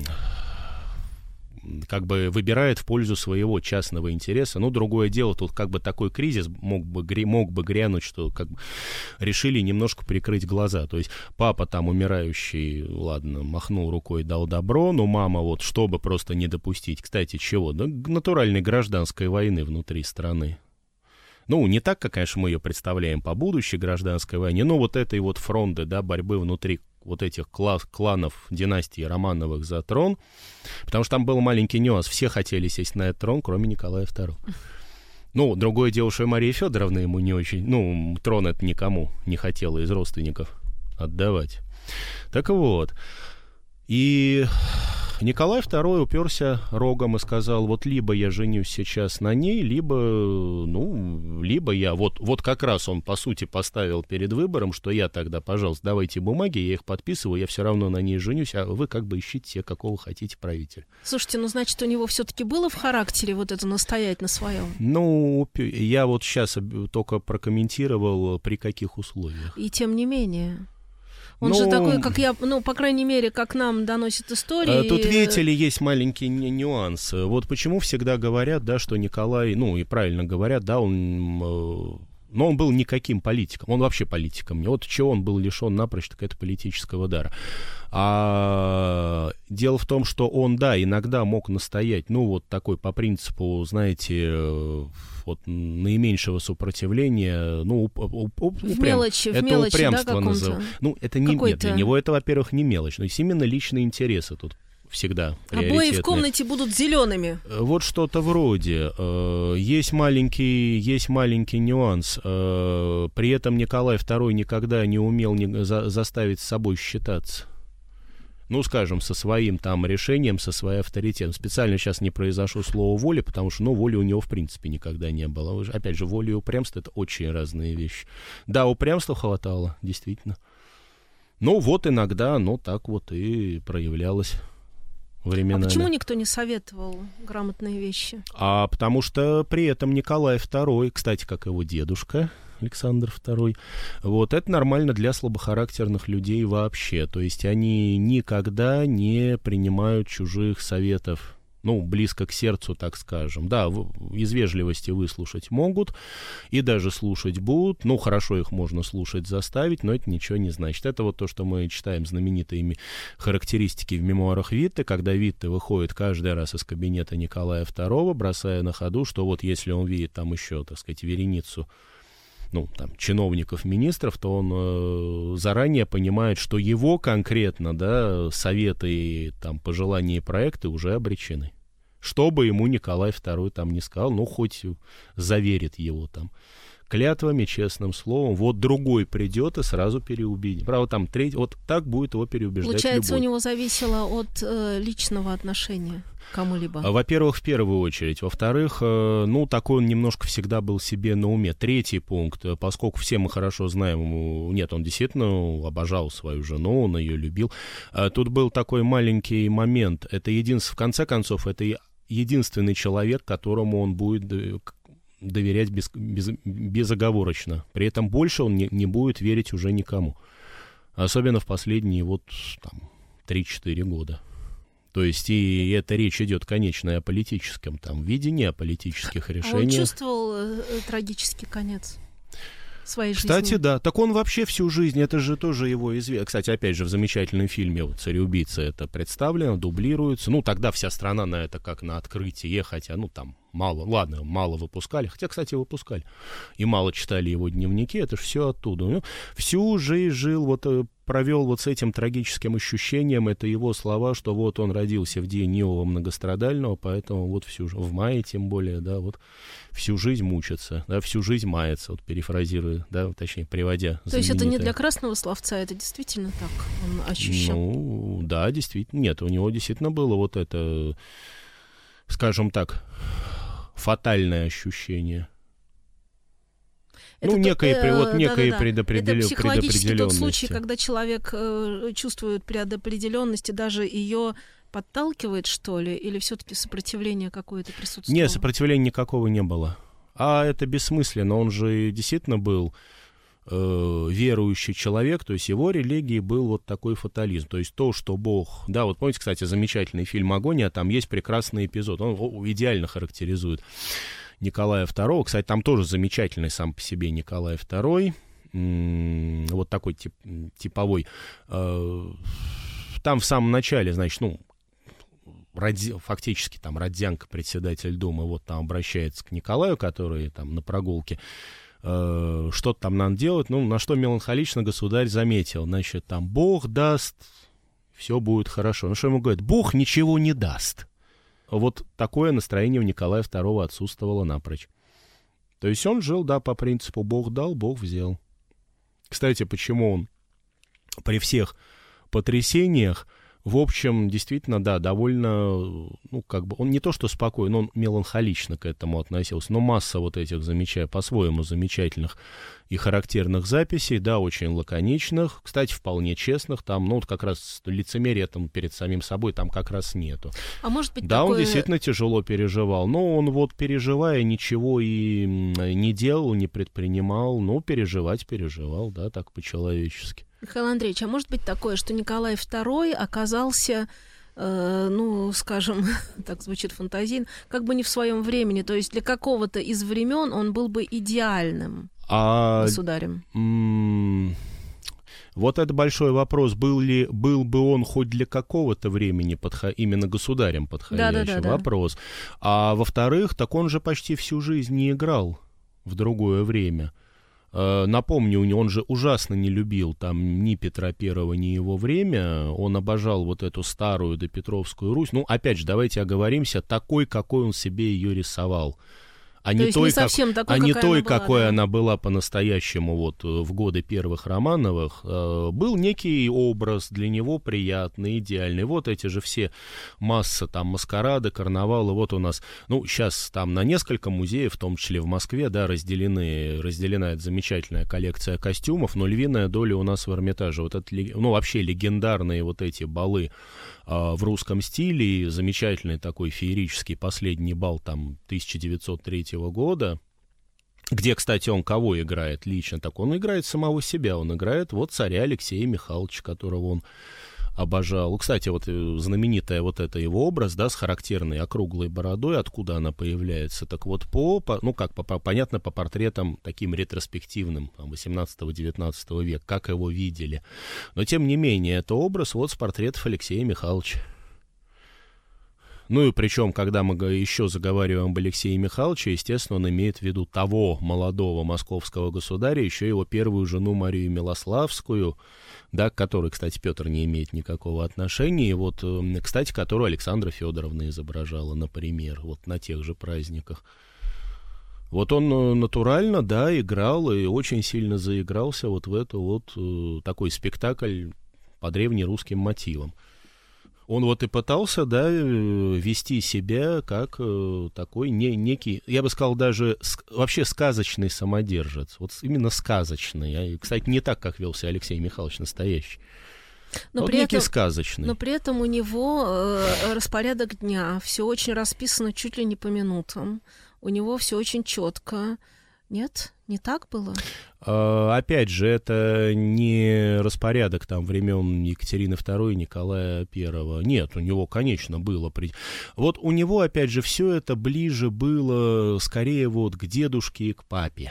как бы выбирает в пользу своего частного интереса. Ну, другое дело, тут как бы такой кризис мог бы, мог бы грянуть, что как бы решили немножко прикрыть глаза. То есть папа там умирающий, ладно, махнул рукой, дал добро, но мама вот, чтобы просто не допустить, кстати, чего? Да, натуральной гражданской войны внутри страны. Ну, не так, как, конечно, мы ее представляем по будущей гражданской войне, но вот этой вот фронты, да, борьбы внутри вот этих класс, кланов династии Романовых за трон, потому что там был маленький нюанс, все хотели сесть на этот трон, кроме Николая Второго. Ну, другое дело, что и Мария Федоровна ему не очень, ну, трон это никому не хотела из родственников отдавать. Так вот, и Николай Второй уперся рогом и сказал, вот либо я женюсь сейчас на ней, либо, ну, либо я, вот, вот как раз он, по сути, поставил перед выбором, что я тогда, пожалуйста, давайте бумаги, я их подписываю, я все равно на ней женюсь, а вы как бы ищите себе, какого хотите правителя. Слушайте, ну, значит, у него все-таки было в характере вот это настоять на своем? Ну, я вот сейчас только прокомментировал, при каких условиях. И тем не менее... Он ну, же такой, как я, ну, по крайней мере, как нам доносят истории. Тут, видите ли, есть маленький нюанс. Вот почему всегда говорят, да, что Николай, ну, и правильно говорят, да, он... Но он был никаким политиком, он вообще политиком. Вот чего он был лишен напрочь, так это политического дара. А дело в том, что он, да, иногда мог настоять, ну, вот такой по принципу, знаете, вот наименьшего сопротивления, ну, уп- уп- уп- в упрям. мелочи, в это мелочи, упрямство да, называют. Ну, это не нет, для него это, во-первых, не мелочь, но есть именно личные интересы тут. Всегда обои в комнате будут зелеными. Вот что-то вроде. Есть маленький, есть маленький нюанс. При этом Николай второй никогда не умел не за, заставить с собой считаться. Ну, скажем, со своим там решением, со своим авторитетом. Специально сейчас не произошло слово воли, потому что, ну, воли у него в принципе никогда не было. Опять же, воля и упрямство — это очень разные вещи. Да, упрямства хватало, действительно. Ну, вот иногда оно так вот и проявлялось. Временами. А почему никто не советовал грамотные вещи? А потому что при этом Николай второй, кстати, как его дедушка Александр второй, вот это нормально для слабохарактерных людей вообще. То есть они никогда не принимают чужих советов, ну, близко к сердцу, так скажем. Да, в, из вежливости выслушать могут, и даже слушать будут. Ну, хорошо, их можно слушать, заставить, но это ничего не значит. Это вот то, что мы читаем знаменитые характеристики в мемуарах Витте, когда Витте выходит каждый раз из кабинета Николая второго, бросая на ходу, что вот если он видит там еще, так сказать, вереницу, ну, там, чиновников, министров, то он э, заранее понимает, что его конкретно, да, советы, там, пожелания и проекты уже обречены. Что бы ему Николай второй там не сказал, ну, хоть заверит его там клятвами, честным словом. Вот другой придет и сразу переубедит. Правда, там третий, вот так будет его переубеждать. Получается, любой. У него зависело от э, личного отношения к кому-либо? Во-первых, в первую очередь. Во-вторых, э, ну, такой он немножко всегда был себе на уме. Третий пункт, поскольку все мы хорошо знаем, нет, он действительно обожал свою жену, он ее любил. А тут был такой маленький момент. Это единственный, в конце концов, это единственный человек, которому он будет доверять без, без, безоговорочно. При этом больше он не, не будет верить уже никому. Особенно в последние вот там три-четыре года. То есть и эта речь идет, конечно, о политическом там видении, о политических решениях. А он чувствовал э, трагический конец своей Кстати, жизни? да. Так он вообще всю жизнь, это же тоже его известно. Кстати, опять же, в замечательном фильме вот, «Цареубийца» это представлено, дублируется. Ну, тогда вся страна на это как на открытие, хотя, ну, там, мало, ладно, мало выпускали. Хотя, кстати, выпускали. И мало читали его дневники, это же все оттуда. Ну, всю жизнь жил, вот, провел вот с этим трагическим ощущением. Это его слова, что вот он родился в день Иова многострадального, поэтому вот всю в мае, тем более, да, вот всю жизнь мучится, да, всю жизнь мается, вот перефразируя, да, точнее, приводя. То есть это не для красного словца, это действительно так он ощущал? Ну, да, действительно. Нет, у него действительно было вот это, скажем так, фатальное ощущение. Это ну, некое, э, вот, некое да, да, да. предопределен... Это психологически тот случай, предопределенности. когда человек э, чувствует предопределенность и даже ее подталкивает, что ли, или все-таки сопротивление какое-то присутствовало? Нет, сопротивления никакого не было. А это бессмысленно. Он же действительно был э, верующий человек, то есть его религией был вот такой фатализм. То есть то, что Бог... Да, вот помните, кстати, замечательный фильм «Агония», там есть прекрасный эпизод, он идеально характеризует Николая второго. Кстати, там тоже замечательный сам по себе Николай второй, м- вот такой тип, типовой. Э, там в самом начале, значит, ну, Ради, фактически там Родзянко, председатель Думы, вот там обращается к Николаю, который там на прогулке, э, что-то там надо делать, ну, на что меланхолично государь заметил, значит, там Бог даст, все будет хорошо. Ну, что ему говорят? Бог ничего не даст. Вот такое настроение у Николая второго отсутствовало напрочь. То есть он жил, да, по принципу Бог дал, Бог взял. Кстати, почему он при всех потрясениях, в общем, действительно, да, довольно, ну, как бы, он не то что спокойно, он меланхолично к этому относился, но масса вот этих, замечая, по-своему замечательных и характерных записей, да, очень лаконичных, кстати, вполне честных, там, ну, вот как раз лицемерия там перед самим собой там как раз нету. А может быть, да, такое... он действительно тяжело переживал, но он вот, переживая, ничего и не делал, не предпринимал, но переживать переживал, да, так по-человечески. Михаил Андреевич, а может быть такое, что Николай второй оказался, э, ну, скажем, так звучит фантазийно, как бы не в своем времени, то есть для какого-то из времен он был бы идеальным а... государем? М- Вот это большой вопрос, был ли был бы он хоть для какого-то времени подхо- именно государем подходящим, да, да, да, вопрос. Да. А во-вторых, так он же почти всю жизнь не играл в другое время. Э, напомню, он же ужасно не любил там ни Петра Первого, ни его время. Он обожал вот эту старую допетровскую Русь. Ну, опять же, давайте оговоримся, такой, какой он себе ее рисовал. А не той, не как, такой, а не той она была, какой да? она была по-настоящему вот в годы первых Романовых, э, был некий образ для него приятный, идеальный. Вот эти же все масса там маскарады, карнавалы. Вот у нас, ну, сейчас там на несколько музеев, в том числе в Москве, да, разделены, разделена эта замечательная коллекция костюмов, но львиная доля у нас в Эрмитаже. Вот это, ну, вообще легендарные вот эти балы в русском стиле, и замечательный такой феерический последний бал там тысяча девятьсот третьего года, где, кстати, он кого играет лично? Так он играет самого себя, он играет вот царя Алексея Михайловича, которого он обожал. Кстати, вот знаменитая вот это его образ, да, с характерной округлой бородой, откуда она появляется? Так вот, по, по ну как, по, понятно, по портретам таким ретроспективным восемнадцатого-девятнадцатого века, как его видели. Но, тем не менее, это образ вот с портретов Алексея Михайловича. Ну и причем, когда мы еще заговариваем об Алексее Михайловиче, естественно, он имеет в виду того молодого московского государя, еще его первую жену Марию Милославскую, да, к которой, кстати, Петр не имеет никакого отношения, и вот, кстати, которую Александра Федоровна изображала, например, вот на тех же праздниках. Вот он натурально, да, играл и очень сильно заигрался вот в это вот такой спектакль по древнерусским мотивам. Он вот и пытался, да, вести себя как э, такой не, некий, я бы сказал, даже ск- вообще сказочный самодержец. Вот именно сказочный. Кстати, не так, как велся Алексей Михайлович настоящий. Но вот при некий этом, сказочный. Но при этом у него э, распорядок дня, все очень расписано чуть ли не по минутам. У него все очень четко. Нет? Не так было? А, опять же, это не распорядок там времен Екатерины Второй, Николая Первого. Нет, у него, конечно, было. Вот у него, опять же, все это ближе было скорее вот к дедушке и к папе.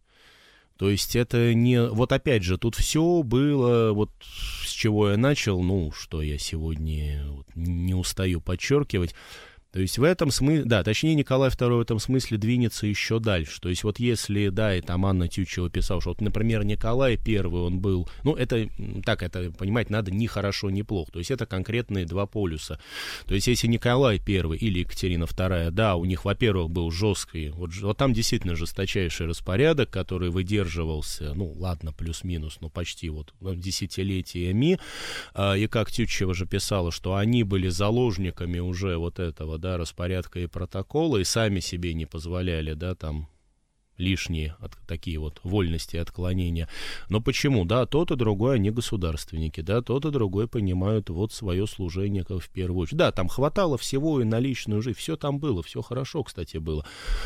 То есть это не... Вот опять же, тут все было, вот с чего я начал, ну, что я сегодня вот не устаю подчеркивать. То есть в этом смысле, да, точнее Николай Второй в этом смысле двинется еще дальше. То есть вот если, да, и там Анна Тютчева писала, что вот, например, Николай Первый, он был, ну, это, так это понимать надо, ни хорошо, ни плохо. То есть это конкретные два полюса. То есть если Николай Первый или Екатерина Вторая, да, у них, во-первых, был жесткий, вот, вот там действительно жесточайший распорядок, который выдерживался, ну, ладно, плюс-минус, но почти вот десятилетиями. И как Тютчева же писала, что они были заложниками уже вот этого, да, распорядка и протокола, и сами себе не позволяли, да, там, лишние от, такие вот вольности и отклонения. Но почему? Да, тот и другой, они государственники, да, тот и другой понимают вот свое служение как в первую очередь. Да, там хватало всего и на личную жизнь, все там было, все хорошо, кстати, было.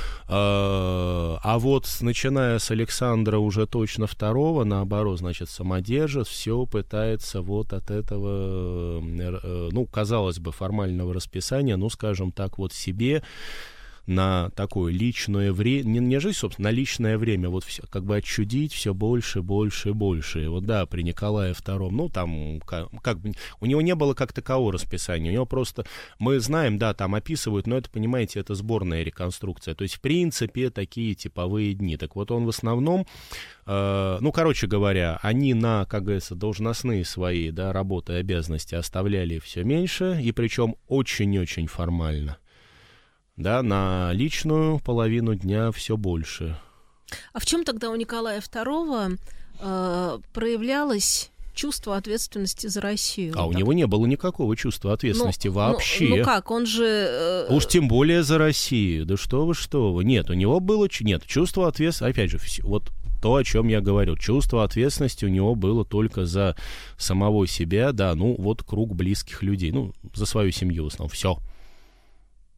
А, а вот начиная с Александра уже точно Второго, наоборот, значит, самодержец, все пытается вот от этого, ну, казалось бы, формального расписания, ну, скажем так, вот себе на такое личное время, не, не жизнь, собственно, на личное время, вот все, как бы отчудить все больше, больше, больше. И вот да, при Николае Втором, ну, там, как, как бы, у него не было как такового расписания, у него просто, мы знаем, да, там описывают, но это, понимаете, это сборная реконструкция, то есть, в принципе, такие типовые дни. Так вот, он в основном, э, ну, короче говоря, они на, как говорится, должностные свои, да, работы и обязанности оставляли все меньше, и причем очень-очень формально. Да, на личную половину дня все больше. А в чем тогда у Николая Второго э, проявлялось чувство ответственности за Россию? А так? У него не было никакого чувства ответственности ну, вообще. Ну, ну как, он же... Э... Уж тем более за Россию. Да что вы, что вы. Нет, у него было... Нет, чувство ответственности... Опять же, вот то, о чем я говорю. Чувство ответственности у него было только за самого себя, да, ну, вот круг близких людей. Ну, за свою семью в основном. Все.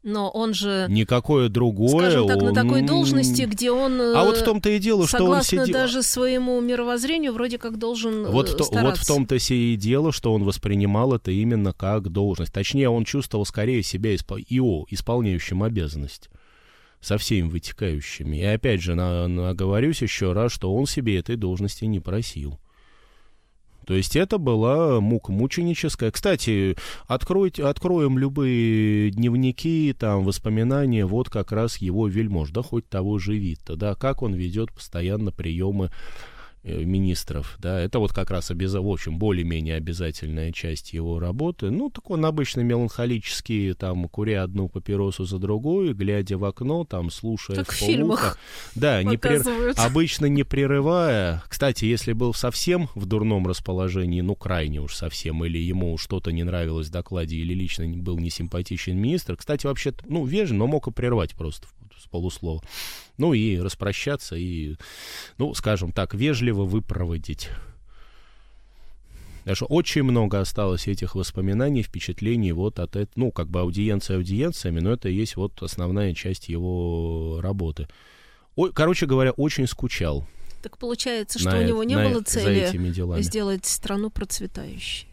Но он же... Никакое другое. Скажем так, он... на такой должности, где он... А вот в том-то и дело, что он согласно сидел... даже своему мировоззрению, вроде как должен вот в, стараться. вот в том-то и дело, что он воспринимал это именно как должность. Точнее, он чувствовал скорее себя исп... ИО, исполняющим обязанность, со всеми вытекающими. И опять же, на... наговорюсь еще раз, что он себе этой должности не просил. То есть это была мука мученическая. Кстати, откройте, откроем любые дневники, там, воспоминания, вот как раз его вельмож, да, хоть того же Витта, да, как он ведет постоянно приемы министров, да, это вот как раз, обяз... в общем, более-менее обязательная часть его работы. Ну, так он обычно меланхолический, там, куря одну папиросу за другой, глядя в окно, там, слушая как в в фильмах да, не прер... показывают. обычно не прерывая. Кстати, если был совсем в дурном расположении, ну, крайне уж совсем, или ему что-то не нравилось в докладе, или лично был несимпатичен министр, кстати, вообще, ну, вежливо, но мог и прервать просто с полуслова. Ну и распрощаться, и, ну, скажем так, вежливо выпроводить. Потому что очень много осталось этих воспоминаний, впечатлений вот от этого, ну, как бы аудиенция аудиенциями, но это и есть вот основная часть его работы. Ой, короче говоря, очень скучал. Так получается, что на, у него не на, было цели сделать страну процветающей.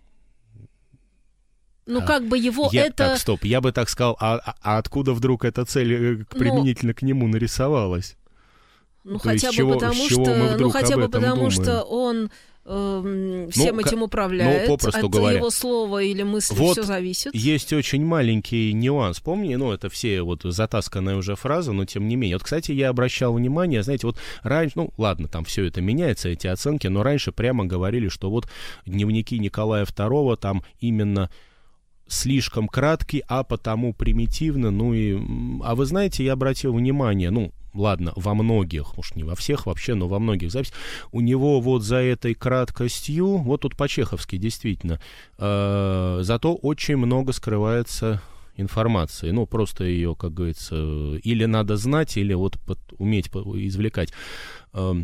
Ну, а, как бы его я, это... Так, стоп, я бы так сказал, а, а откуда вдруг эта цель применительно ну, к нему нарисовалась? Ну, То хотя бы чего, потому, что, ну, хотя бы потому думаем? что он э, всем ну, этим управляет, ну, попросту от говоря, его слова или мысли вот все зависит. Есть очень маленький нюанс, помни, ну, это все вот затасканная уже фраза, но тем не менее. Вот, кстати, я обращал внимание, знаете, вот раньше, ну, ладно, там все это меняется, эти оценки, но раньше прямо говорили, что вот дневники Николая второго там именно... слишком краткий, а потому примитивно, ну и... А вы знаете, я обратил внимание, ну, ладно, во многих, уж не во всех вообще, но во многих записях, у него вот за этой краткостью, вот тут по-чеховски действительно, э, зато очень много скрывается информации, ну, просто ее, как говорится, или надо знать, или вот под, уметь извлекать. Э,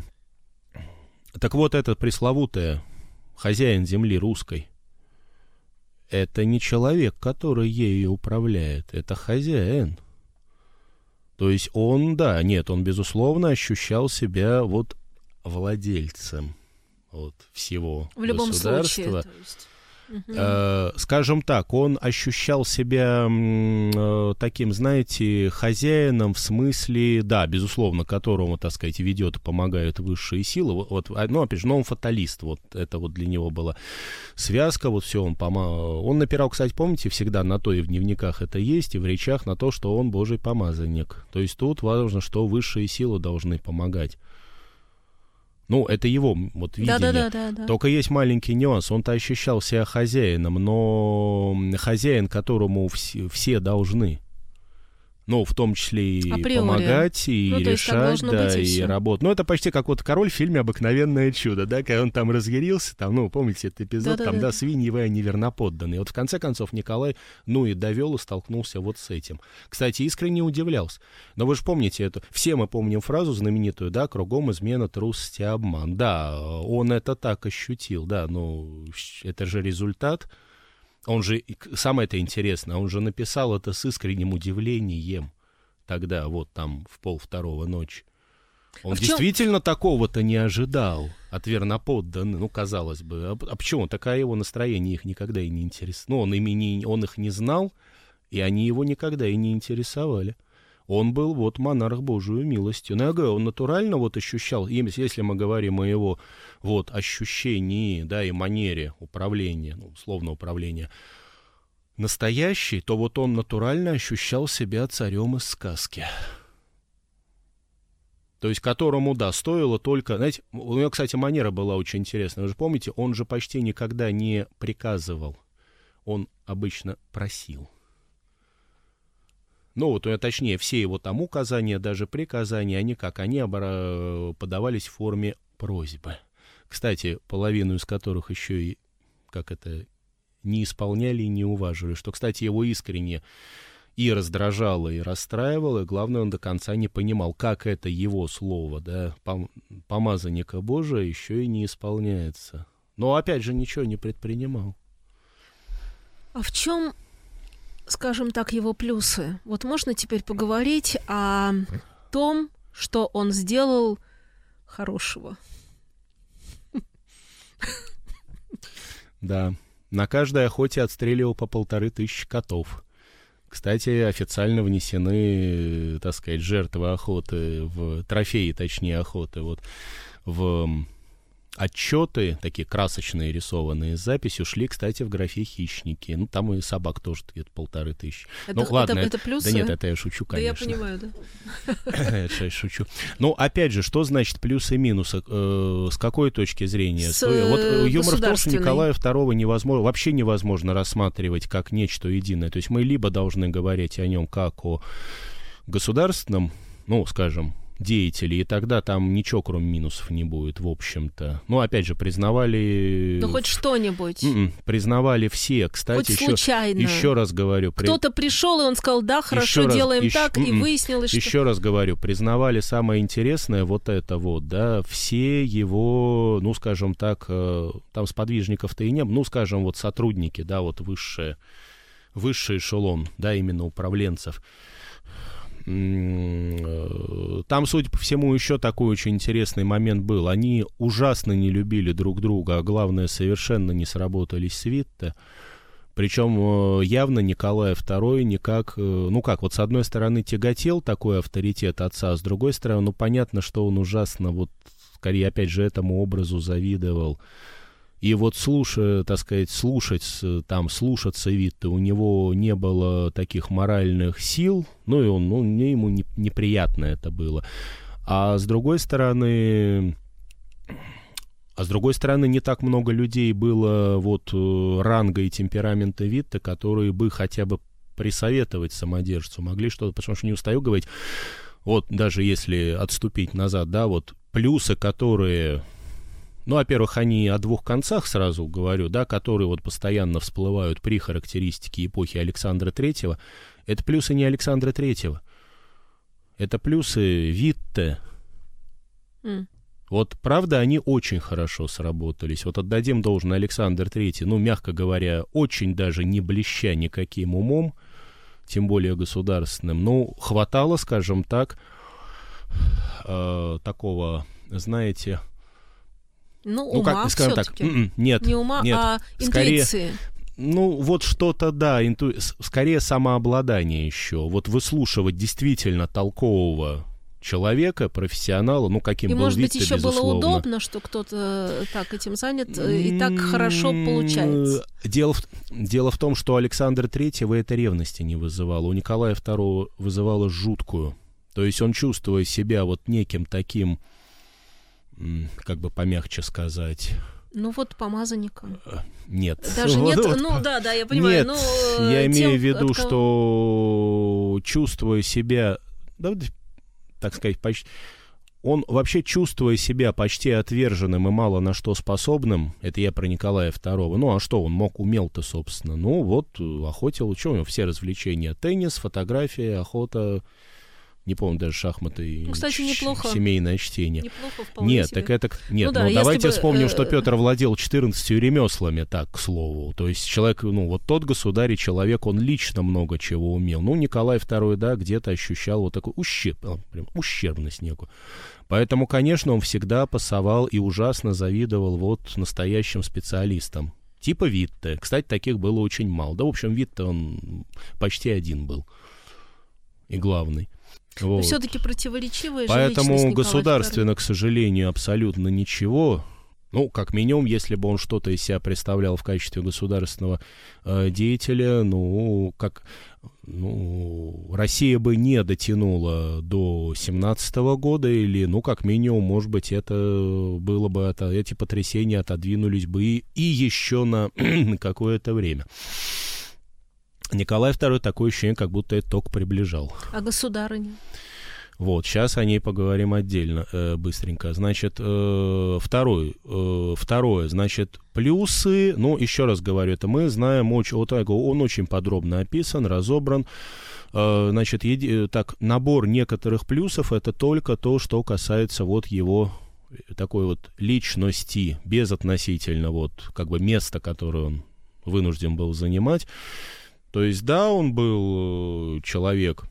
так вот, это пресловутое хозяин земли русской, это не человек, который ею управляет, это хозяин. То есть он, да, нет, он, безусловно, ощущал себя вот владельцем вот, всего в любом государства. случае, то есть... Э, скажем так, он ощущал себя э, таким, знаете, хозяином в смысле, да, безусловно, которому, так сказать, ведет и помогают высшие силы. Вот, вот, ну, опять же, но он фаталист, вот это вот для него была связка, вот все, он помогал. Он напирал, кстати, помните, всегда на то и в дневниках это есть, и в речах на то, что он Божий помазанник. То есть тут важно, что высшие силы должны помогать. Ну, это его вот видение. Да, да, да, да. Только есть маленький нюанс. Он-то ощущал себя хозяином, но хозяин, которому все, все должны. Ну, в том числе и априори помогать, и ну, решать, да, быть, и, и работать. Ну, это почти как вот король в фильме «Обыкновенное чудо», да, когда он там разъярился, там, ну, помните этот эпизод, да, там, да, да, да, свиньи вы неверноподданные. Вот в конце концов Николай, ну, и довел, и столкнулся вот с этим. Кстати, искренне удивлялся. Но вы же помните эту, все мы помним фразу знаменитую, да, «Кругом измена, трусость и обман». Да, он это так ощутил, да, ну, это же результат. Он же, самое это интересное, он же написал это с искренним удивлением тогда, вот там, в полвторого ночи. Он а действительно чем... такого-то не ожидал от верноподданных, ну, казалось бы. А, а почему? Такое его настроение их никогда и не интересовало. Ну, он, ими не, он их не знал, и они его никогда и не интересовали. Он был вот монарх Божию милостью. Ну, я говорю, он натурально вот ощущал, если мы говорим о его вот ощущении, да, и манере управления, ну, условно управления, настоящий, то вот он натурально ощущал себя царем из сказки. То есть которому, да, стоило только... Знаете, у него, кстати, манера была очень интересная. Вы же помните, он же почти никогда не приказывал. Он обычно просил. Ну, вот, точнее, все его там указания, даже приказания, они как? Они подавались в форме просьбы. Кстати, половину из которых еще и, как это, не исполняли и не уважили. Что, кстати, его искренне и раздражало, и расстраивало, и, главное, он до конца не понимал, как это его слово, да, помазанника Божия еще и не исполняется. Но, опять же, ничего не предпринимал. А в чем... скажем так, его плюсы. Вот можно теперь поговорить о том, что он сделал хорошего. Да, на каждой охоте отстреливал по полторы тысячи котов. Кстати, официально внесены, так сказать, жертвы охоты, в трофеи, точнее, охоты, вот в отчеты, такие красочные, рисованные, с записью шли, кстати, в графе «хищники». Ну, там и собак тоже где-то полторы тысячи. Это, ну, ладно, это, это плюсы? Да нет, это я шучу, конечно. Да я понимаю, да. Это я шучу. Ну, опять же, что значит плюсы и минусы? С какой точки зрения? С вот юмор в том, что Николая второго невозможно, вообще невозможно рассматривать как нечто единое. То есть мы либо должны говорить о нем как о государственном, ну, скажем, деятелей, и тогда там ничего, кроме минусов, не будет, в общем-то. Ну, опять же, признавали... Ну, хоть что-нибудь. М-м, признавали все, кстати. Хоть еще, случайно. Еще раз говорю... При... Кто-то пришел, и он сказал, да, хорошо, еще делаем раз, так, еще, и выяснилось, еще что... Еще раз говорю, признавали самое интересное, вот это вот, да, все его, ну, скажем так, э, там сподвижников-то и не было, ну, скажем, вот сотрудники, да, вот высшее, высший эшелон, да, именно управленцев. Там, судя по всему, еще такой очень интересный момент был. Они ужасно не любили друг друга, а главное, совершенно не сработались с Витте. Причем явно Николай второй никак, ну как, вот с одной стороны тяготел такой авторитет отца, а с другой стороны, ну понятно, что он ужасно, вот, скорее, опять же, этому образу завидовал. И вот слушая, так сказать, слушать, там, слушаться Витте, у него не было таких моральных сил, ну, и он, ну, ему не, неприятно это было. А с другой стороны, а с другой стороны, не так много людей было вот ранга и темперамента Витте, которые бы хотя бы присоветовать самодержцу могли что-то, потому что не устаю говорить, вот даже если отступить назад, да, вот плюсы, которые... Ну, во-первых, они о двух концах сразу говорю, да, которые вот постоянно всплывают при характеристике эпохи Александра Третьего. Это плюсы не Александра Третьего. Это плюсы Витте. Mm. Вот, правда, они очень хорошо сработались. Вот отдадим должное Александр Третий, ну, мягко говоря, очень даже не блеща никаким умом, тем более государственным. Ну, хватало, скажем так, э, такого, знаете... Ну, ну, ума как, скажем все-таки. Так, нет, не ума, нет, а скорее, интуиции. Ну, вот что-то, да, инту... скорее самообладание еще. Вот выслушивать действительно толкового человека, профессионала, ну, каким и, был может Витте, быть, еще безусловно. было удобно, что кто-то так этим занят и так хорошо получается. Дело в, дело в том, что у Александра Третьего это ревности не вызывало, у Николая Второго вызывало жуткую. То есть он, чувствуя себя вот неким таким, как бы помягче сказать... Ну вот помазанником. Нет. Даже вот, нет, вот, ну да, да, я понимаю. Нет, ну, я имею тем, в виду, кого... что чувствуя себя, да, так сказать, почти... Он вообще, чувствуя себя почти отверженным и мало на что способным, это я про Николая Второго, ну а что он мог, умел-то, собственно? Ну вот, охотил, что у него все развлечения? Теннис, фотография, охота... Не помню, даже шахматы, ну, кстати, неплохо. Семейное чтение. Неплохо, вполне Нет, себе. так это... Нет, ну, да, ну давайте бы, вспомним, э... что Петр владел четырнадцатью ремеслами, так, к слову. То есть человек, ну, вот тот государь и человек, он лично много чего умел. Ну, Николай Второй, да, где-то ощущал вот такую ущерб, прям ущербность некую. Поэтому, конечно, он всегда пасовал и ужасно завидовал вот настоящим специалистам. Типа Витте. Кстати, таких было очень мало. Да, в общем, Витте он почти один был. И главный. Вот. Все-таки противоречивая же Поэтому личность государственно, к сожалению, абсолютно ничего. Ну, как минимум, если бы он что-то из себя представлял в качестве государственного э, деятеля, ну, как, ну, Россия бы не дотянула до семнадцатого года, или, ну, как минимум, может быть, это было бы, это, эти потрясения отодвинулись бы и, и еще на какое-то время. Николай Второй такое ощущение, как будто это только приближал. А государыня? Вот, сейчас о ней поговорим отдельно, э, быстренько. Значит, э, второй, э, второе, значит, плюсы, ну, еще раз говорю, это мы знаем, очень, вот, он очень подробно описан, разобран. Э, значит, еди, так, набор некоторых плюсов, это только то, что касается вот его такой вот личности, безотносительно вот, как бы места, которое он вынужден был занимать. То есть, да, он был человек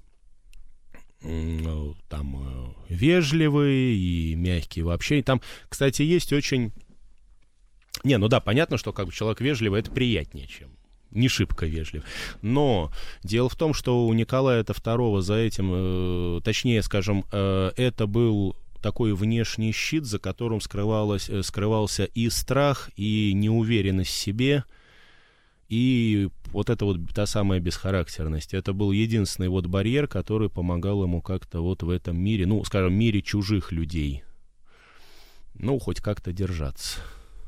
там вежливый и мягкий вообще. И там, кстати, есть очень... Не, ну да, понятно, что как бы человек вежливый, это приятнее, чем не шибко вежлив. Но дело в том, что у Николая-то второго за этим, э, точнее, скажем, э, это был такой внешний щит, за которым скрывалось, э, скрывался и страх, и неуверенность в себе, и вот эта вот та самая бесхарактерность. Это был единственный вот барьер, который помогал ему как-то вот в этом мире, ну, скажем, мире чужих людей, ну, хоть как-то держаться.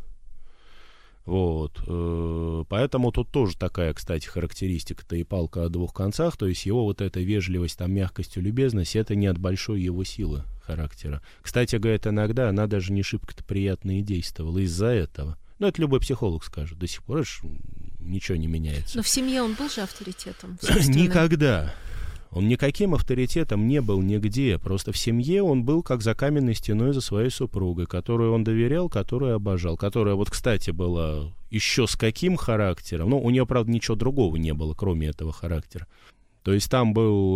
Вот. Поэтому тут тоже такая, кстати, характеристика-то и палка о двух концах. То есть его вот эта вежливость, там, мягкость и любезность, это не от большой его силы характера. Кстати, говорят, иногда она даже не шибко-то приятно и действовала из-за этого. Ну, это любой психолог скажет. До сих пор ничего не меняется. Но в семье он был же авторитетом? Никогда. Он никаким авторитетом не был нигде. Просто в семье он был как за каменной стеной за своей супругой, которую он доверял, которую обожал. Которая, вот, кстати, была еще с каким характером. Ну, у нее, правда, ничего другого не было, кроме этого характера. То есть там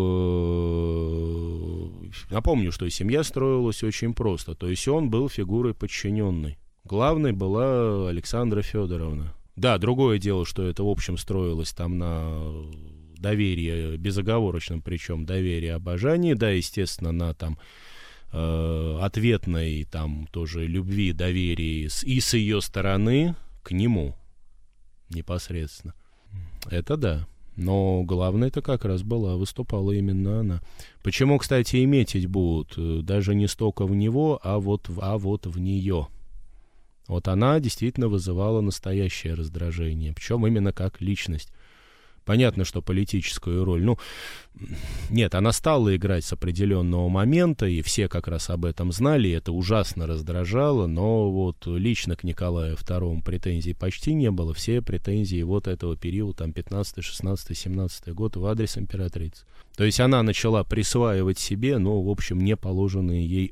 был... Напомню, что семья строилась очень просто. То есть он был фигурой подчиненной. Главной была Александра Федоровна. Да, другое дело, что это, в общем, строилось там на... доверие, безоговорочном причем доверие, обожание, да, естественно, на там э, ответной там тоже любви, доверии с, и с ее стороны к нему непосредственно. Это да. Но главное-то как раз была, выступала именно она. Почему, кстати, и метить будут даже не столько в него, а вот, а вот в нее. Вот она действительно вызывала настоящее раздражение, причем именно как личность. Понятно, что политическую роль. Ну, нет, она стала играть с определенного момента, и все как раз об этом знали, и это ужасно раздражало, но вот лично к Николаю второму претензий почти не было. Все претензии вот этого периода, там, пятнадцатый, шестнадцатый, семнадцатый год в адрес императрицы. То есть она начала присваивать себе, ну, в общем, не положенные ей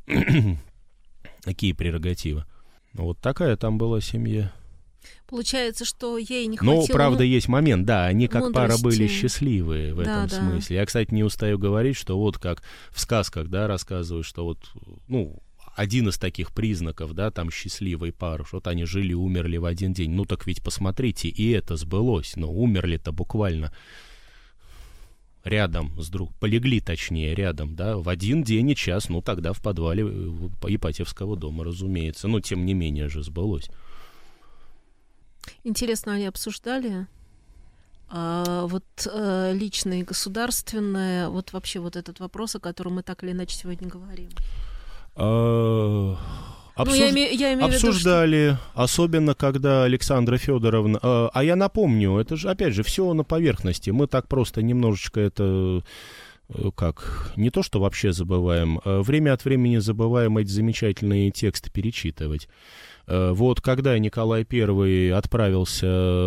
такие прерогативы. Вот такая там была семья. Получается, что ей не хватило... Ну, правда, есть момент, да, они как мудрости. пара были счастливые в да, этом да. смысле. Я, кстати, не устаю говорить, что вот как в сказках, да, рассказывают, что вот, ну, один из таких признаков, да, там, счастливой пары, что вот они жили и умерли в один день. Ну, так ведь посмотрите, и это сбылось, но умерли-то буквально рядом с друг, полегли, точнее, рядом, да, в один день и час, ну, тогда в подвале Ипатьевского дома, разумеется. Но, тем не менее же, сбылось. Интересно, они обсуждали а, вот а, личное и государственное, вот вообще вот этот вопрос, о котором мы так или иначе сегодня говорим? А, обсуж... ну, я име, я имею Обсуждали, в виду, что... особенно когда Александра Федоровна... А, а я напомню, это же, опять же, все на поверхности. Мы так просто немножечко это... как, не то что вообще забываем, время от времени забываем эти замечательные тексты перечитывать. Вот когда Николай Первый отправился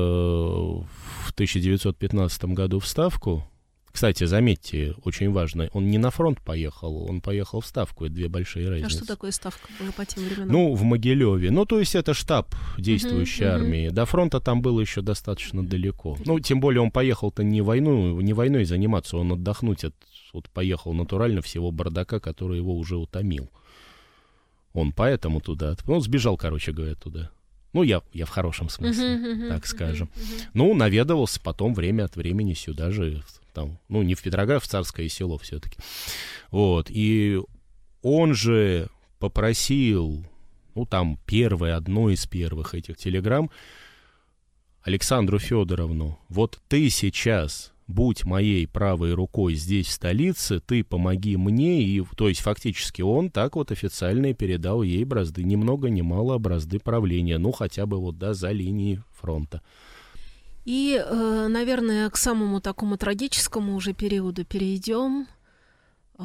в тысяча девятьсот пятнадцатом году в Ставку, кстати, заметьте, очень важно, он не на фронт поехал, он поехал в Ставку, это две большие разницы. А что такое Ставка была по тем временам? Ну, в Могилеве, ну, то есть это штаб действующей uh-huh, армии, uh-huh. До фронта там было еще достаточно далеко. Ну, тем более он поехал-то не войну, не войной заниматься, он отдохнуть, от, вот поехал натурально всего бардака, который его уже утомил. Он поэтому туда, ну, сбежал, короче говоря, туда. Ну, я, я в хорошем смысле, uh-huh, uh-huh, так скажем. Uh-huh, uh-huh. Ну, наведывался потом время от времени сюда же, там, ну, не в Петроград, в Царское село все-таки. Вот, и он же попросил, ну, там, первое, одно из первых этих телеграмм, Александру Федоровну, вот ты сейчас... будь моей правой рукой здесь, в столице, ты помоги мне, и, то есть фактически он так вот официально передал ей бразды, ни много ни мало бразды правления, ну хотя бы вот, да, за линией фронта. И, э, наверное, к самому такому трагическому уже периоду перейдем, э,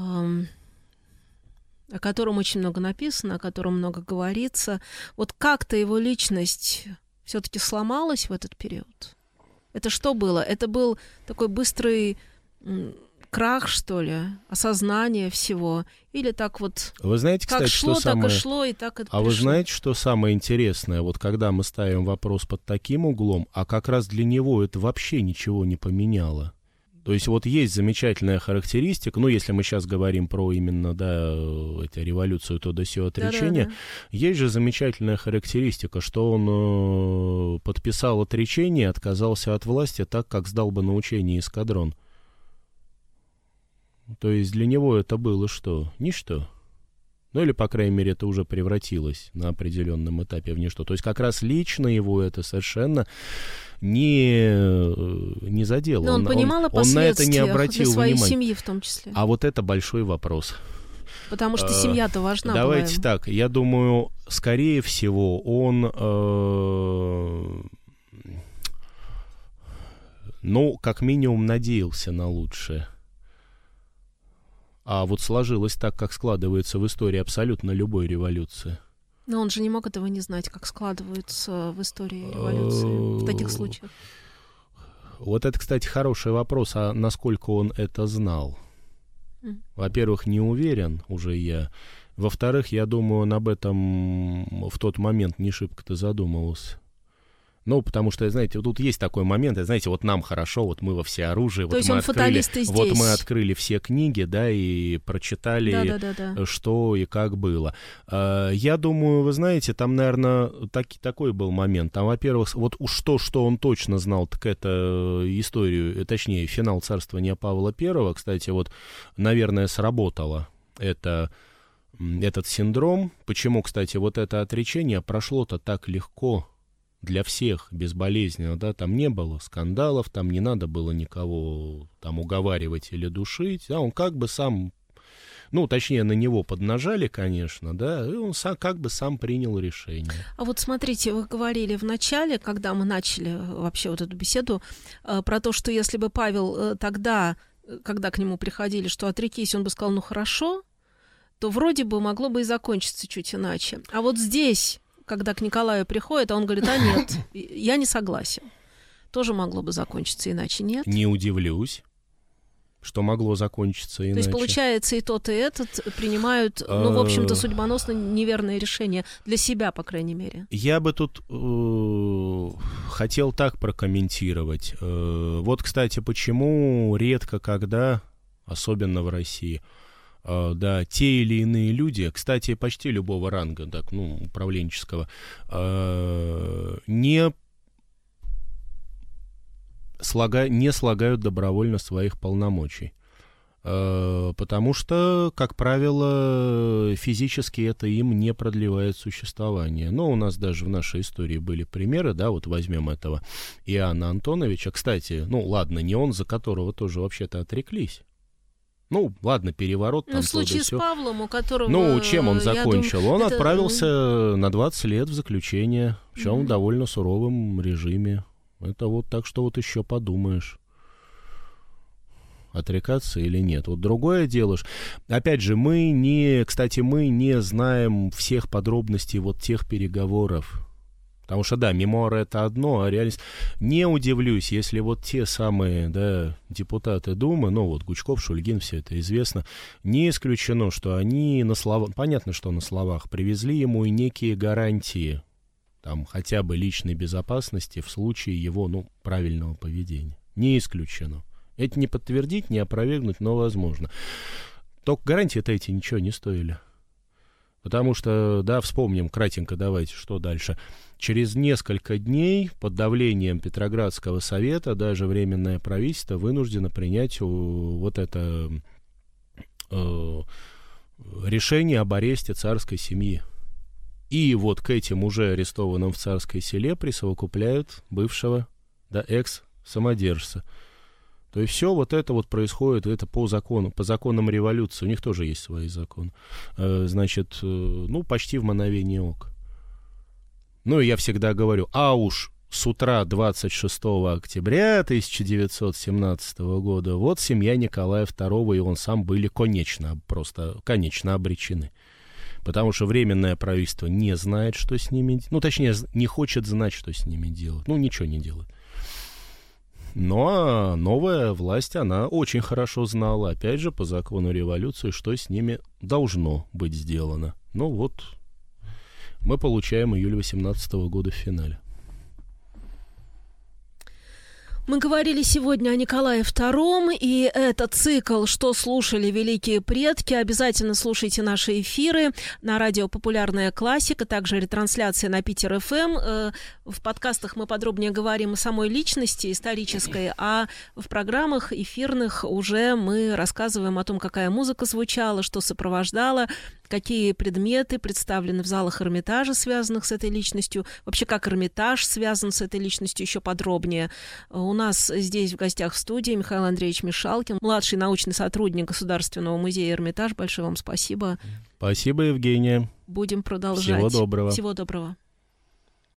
о котором очень много написано, о котором много говорится. Вот как-то его личность все-таки сломалась в этот период? Это что было? Это был такой быстрый крах, что ли, осознание всего, или так вот, вы знаете, как кстати, шло, что так самое... и шло, и так и А пришло. вы знаете, что самое интересное, вот когда мы ставим вопрос под таким углом, а как раз для него это вообще ничего не поменяло. То есть вот есть замечательная характеристика, ну, если мы сейчас говорим про именно, да, эти, революцию, то до сего отречения, Да-да-да. есть же замечательная характеристика, что он э, подписал отречение, отказался от власти так, как сдал бы на учение эскадрон. То есть для него это было что? Ничто. Ну, или, по крайней мере, это уже превратилось на определенном этапе в ничто. То есть как раз лично его это совершенно не, не задело. Но он, он понимал о он на это не последствиях обратил для своей внимания. семьи в том числе. А вот это большой вопрос. Потому что А, семья-то важна была Давайте ему. так, я думаю, скорее всего, он... Э, ну, как минимум, надеялся на лучшее. А вот сложилось так, как складывается в истории абсолютно любой революции. Но он же не мог этого не знать, как складываются в истории революции в таких случаях. Вот это, кстати, хороший вопрос. А насколько он это знал? Mm. Во-первых, не уверен уже я. Во-вторых, я думаю, он об этом в тот момент не шибко-то задумывался. Ну, потому что, знаете, вот тут есть такой момент, знаете, вот нам хорошо, вот мы во всеоружии, вот мы, открыли, вот мы открыли все книги, да, и прочитали, да, да, да, да. что и как было. Я думаю, вы знаете, там, наверное, так, такой был момент. Там, во-первых, вот уж то, что он точно знал, так это историю, точнее, финал царствования Павла Первого, кстати, вот, наверное, сработало это... этот синдром. Почему, кстати, вот это отречение прошло-то так легко для всех, безболезненно, да, там не было скандалов, там не надо было никого там уговаривать или душить, да, он как бы сам, ну, точнее, на него поднажали, конечно, да, и он сам, как бы сам принял решение. А вот смотрите, вы говорили в начале, когда мы начали вообще вот эту беседу, про то, что если бы Павел тогда, когда к нему приходили, что отрекись, он бы сказал, ну, хорошо, то вроде бы могло бы и закончиться чуть иначе. А вот здесь, когда к Николаю приходит, а он говорит, а нет, я не согласен. Тоже могло бы закончиться иначе, нет? Не удивлюсь, что могло закончиться иначе. То есть, получается, и тот, и этот принимают, ну, в общем-то, судьбоносно неверное решение. Для себя, по крайней мере. Я бы тут э, хотел так прокомментировать. Э, вот, кстати, почему редко когда, особенно в России, Uh, да, те или иные люди, кстати, почти любого ранга, так, ну, управленческого, uh, не, слага, не слагают добровольно своих полномочий. Uh, потому что, как правило, физически это им не продлевает существование. Но у нас даже в нашей истории были примеры, да, вот возьмем этого Иоанна Антоновича. Кстати, ну, ладно, не он, за которого тоже вообще-то отреклись. Ну, ладно, переворот там. Ну, в случае с Павлом, у которого... Ну, чем он закончил? Думаю, он это... отправился на двадцать лет в заключение, причем mm-hmm. в довольно суровом режиме. Это вот так, что вот еще подумаешь, отрекаться или нет. Вот другое дело. Опять же, мы не... Кстати, мы не знаем всех подробностей вот тех переговоров. Потому что, да, мемуары — это одно, а реальность... Не удивлюсь, если вот те самые, да, депутаты Думы, ну вот Гучков, Шульгин, все это известно, не исключено, что они на словах, понятно, что на словах, привезли ему и некие гарантии, там, хотя бы личной безопасности в случае его, ну, правильного поведения. Не исключено. Это не подтвердить, не опровергнуть, но возможно. Только гарантии-то эти ничего не стоили. Потому что, да, вспомним кратенько, давайте, что дальше. Через несколько дней под давлением Петроградского совета даже Временное правительство вынуждено принять вот это э, решение об аресте царской семьи. И вот к этим уже арестованным в Царской Селе присовокупляют бывшего, да, экс-самодержца. То есть все вот это вот происходит, это по закону, по законам революции. У них тоже есть свои законы. Э, значит, э, ну, почти в мгновение ока. Ну, я всегда говорю, а уж с утра двадцать шестого октября тысяча девятьсот семнадцатого года вот семья Николая второго и он сам были конечно, просто конечно обречены. Потому что Временное правительство не знает, что с ними... Ну, точнее, не хочет знать, что с ними делать. Ну, ничего не делает. Но новая власть, она очень хорошо знала, опять же, по закону революции, что с ними должно быть сделано. Ну вот, мы получаем июль восемнадцатого года в финале. Мы говорили сегодня о Николае втором, и это цикл «Что слушали великие предки». Обязательно слушайте наши эфиры на радио «Популярная классика», также ретрансляция на Питер эф эм. В подкастах мы подробнее говорим о самой личности исторической, а в программах эфирных уже мы рассказываем о том, какая музыка звучала, что сопровождало, какие предметы представлены в залах Эрмитажа, связанных с этой личностью, вообще как Эрмитаж связан с этой личностью, еще подробнее. У нас здесь в гостях в студии Михаил Андреевич Мишалкин, младший научный сотрудник Государственного музея Эрмитаж. Большое вам спасибо. Спасибо, Евгения. Будем продолжать. Всего доброго. Всего доброго.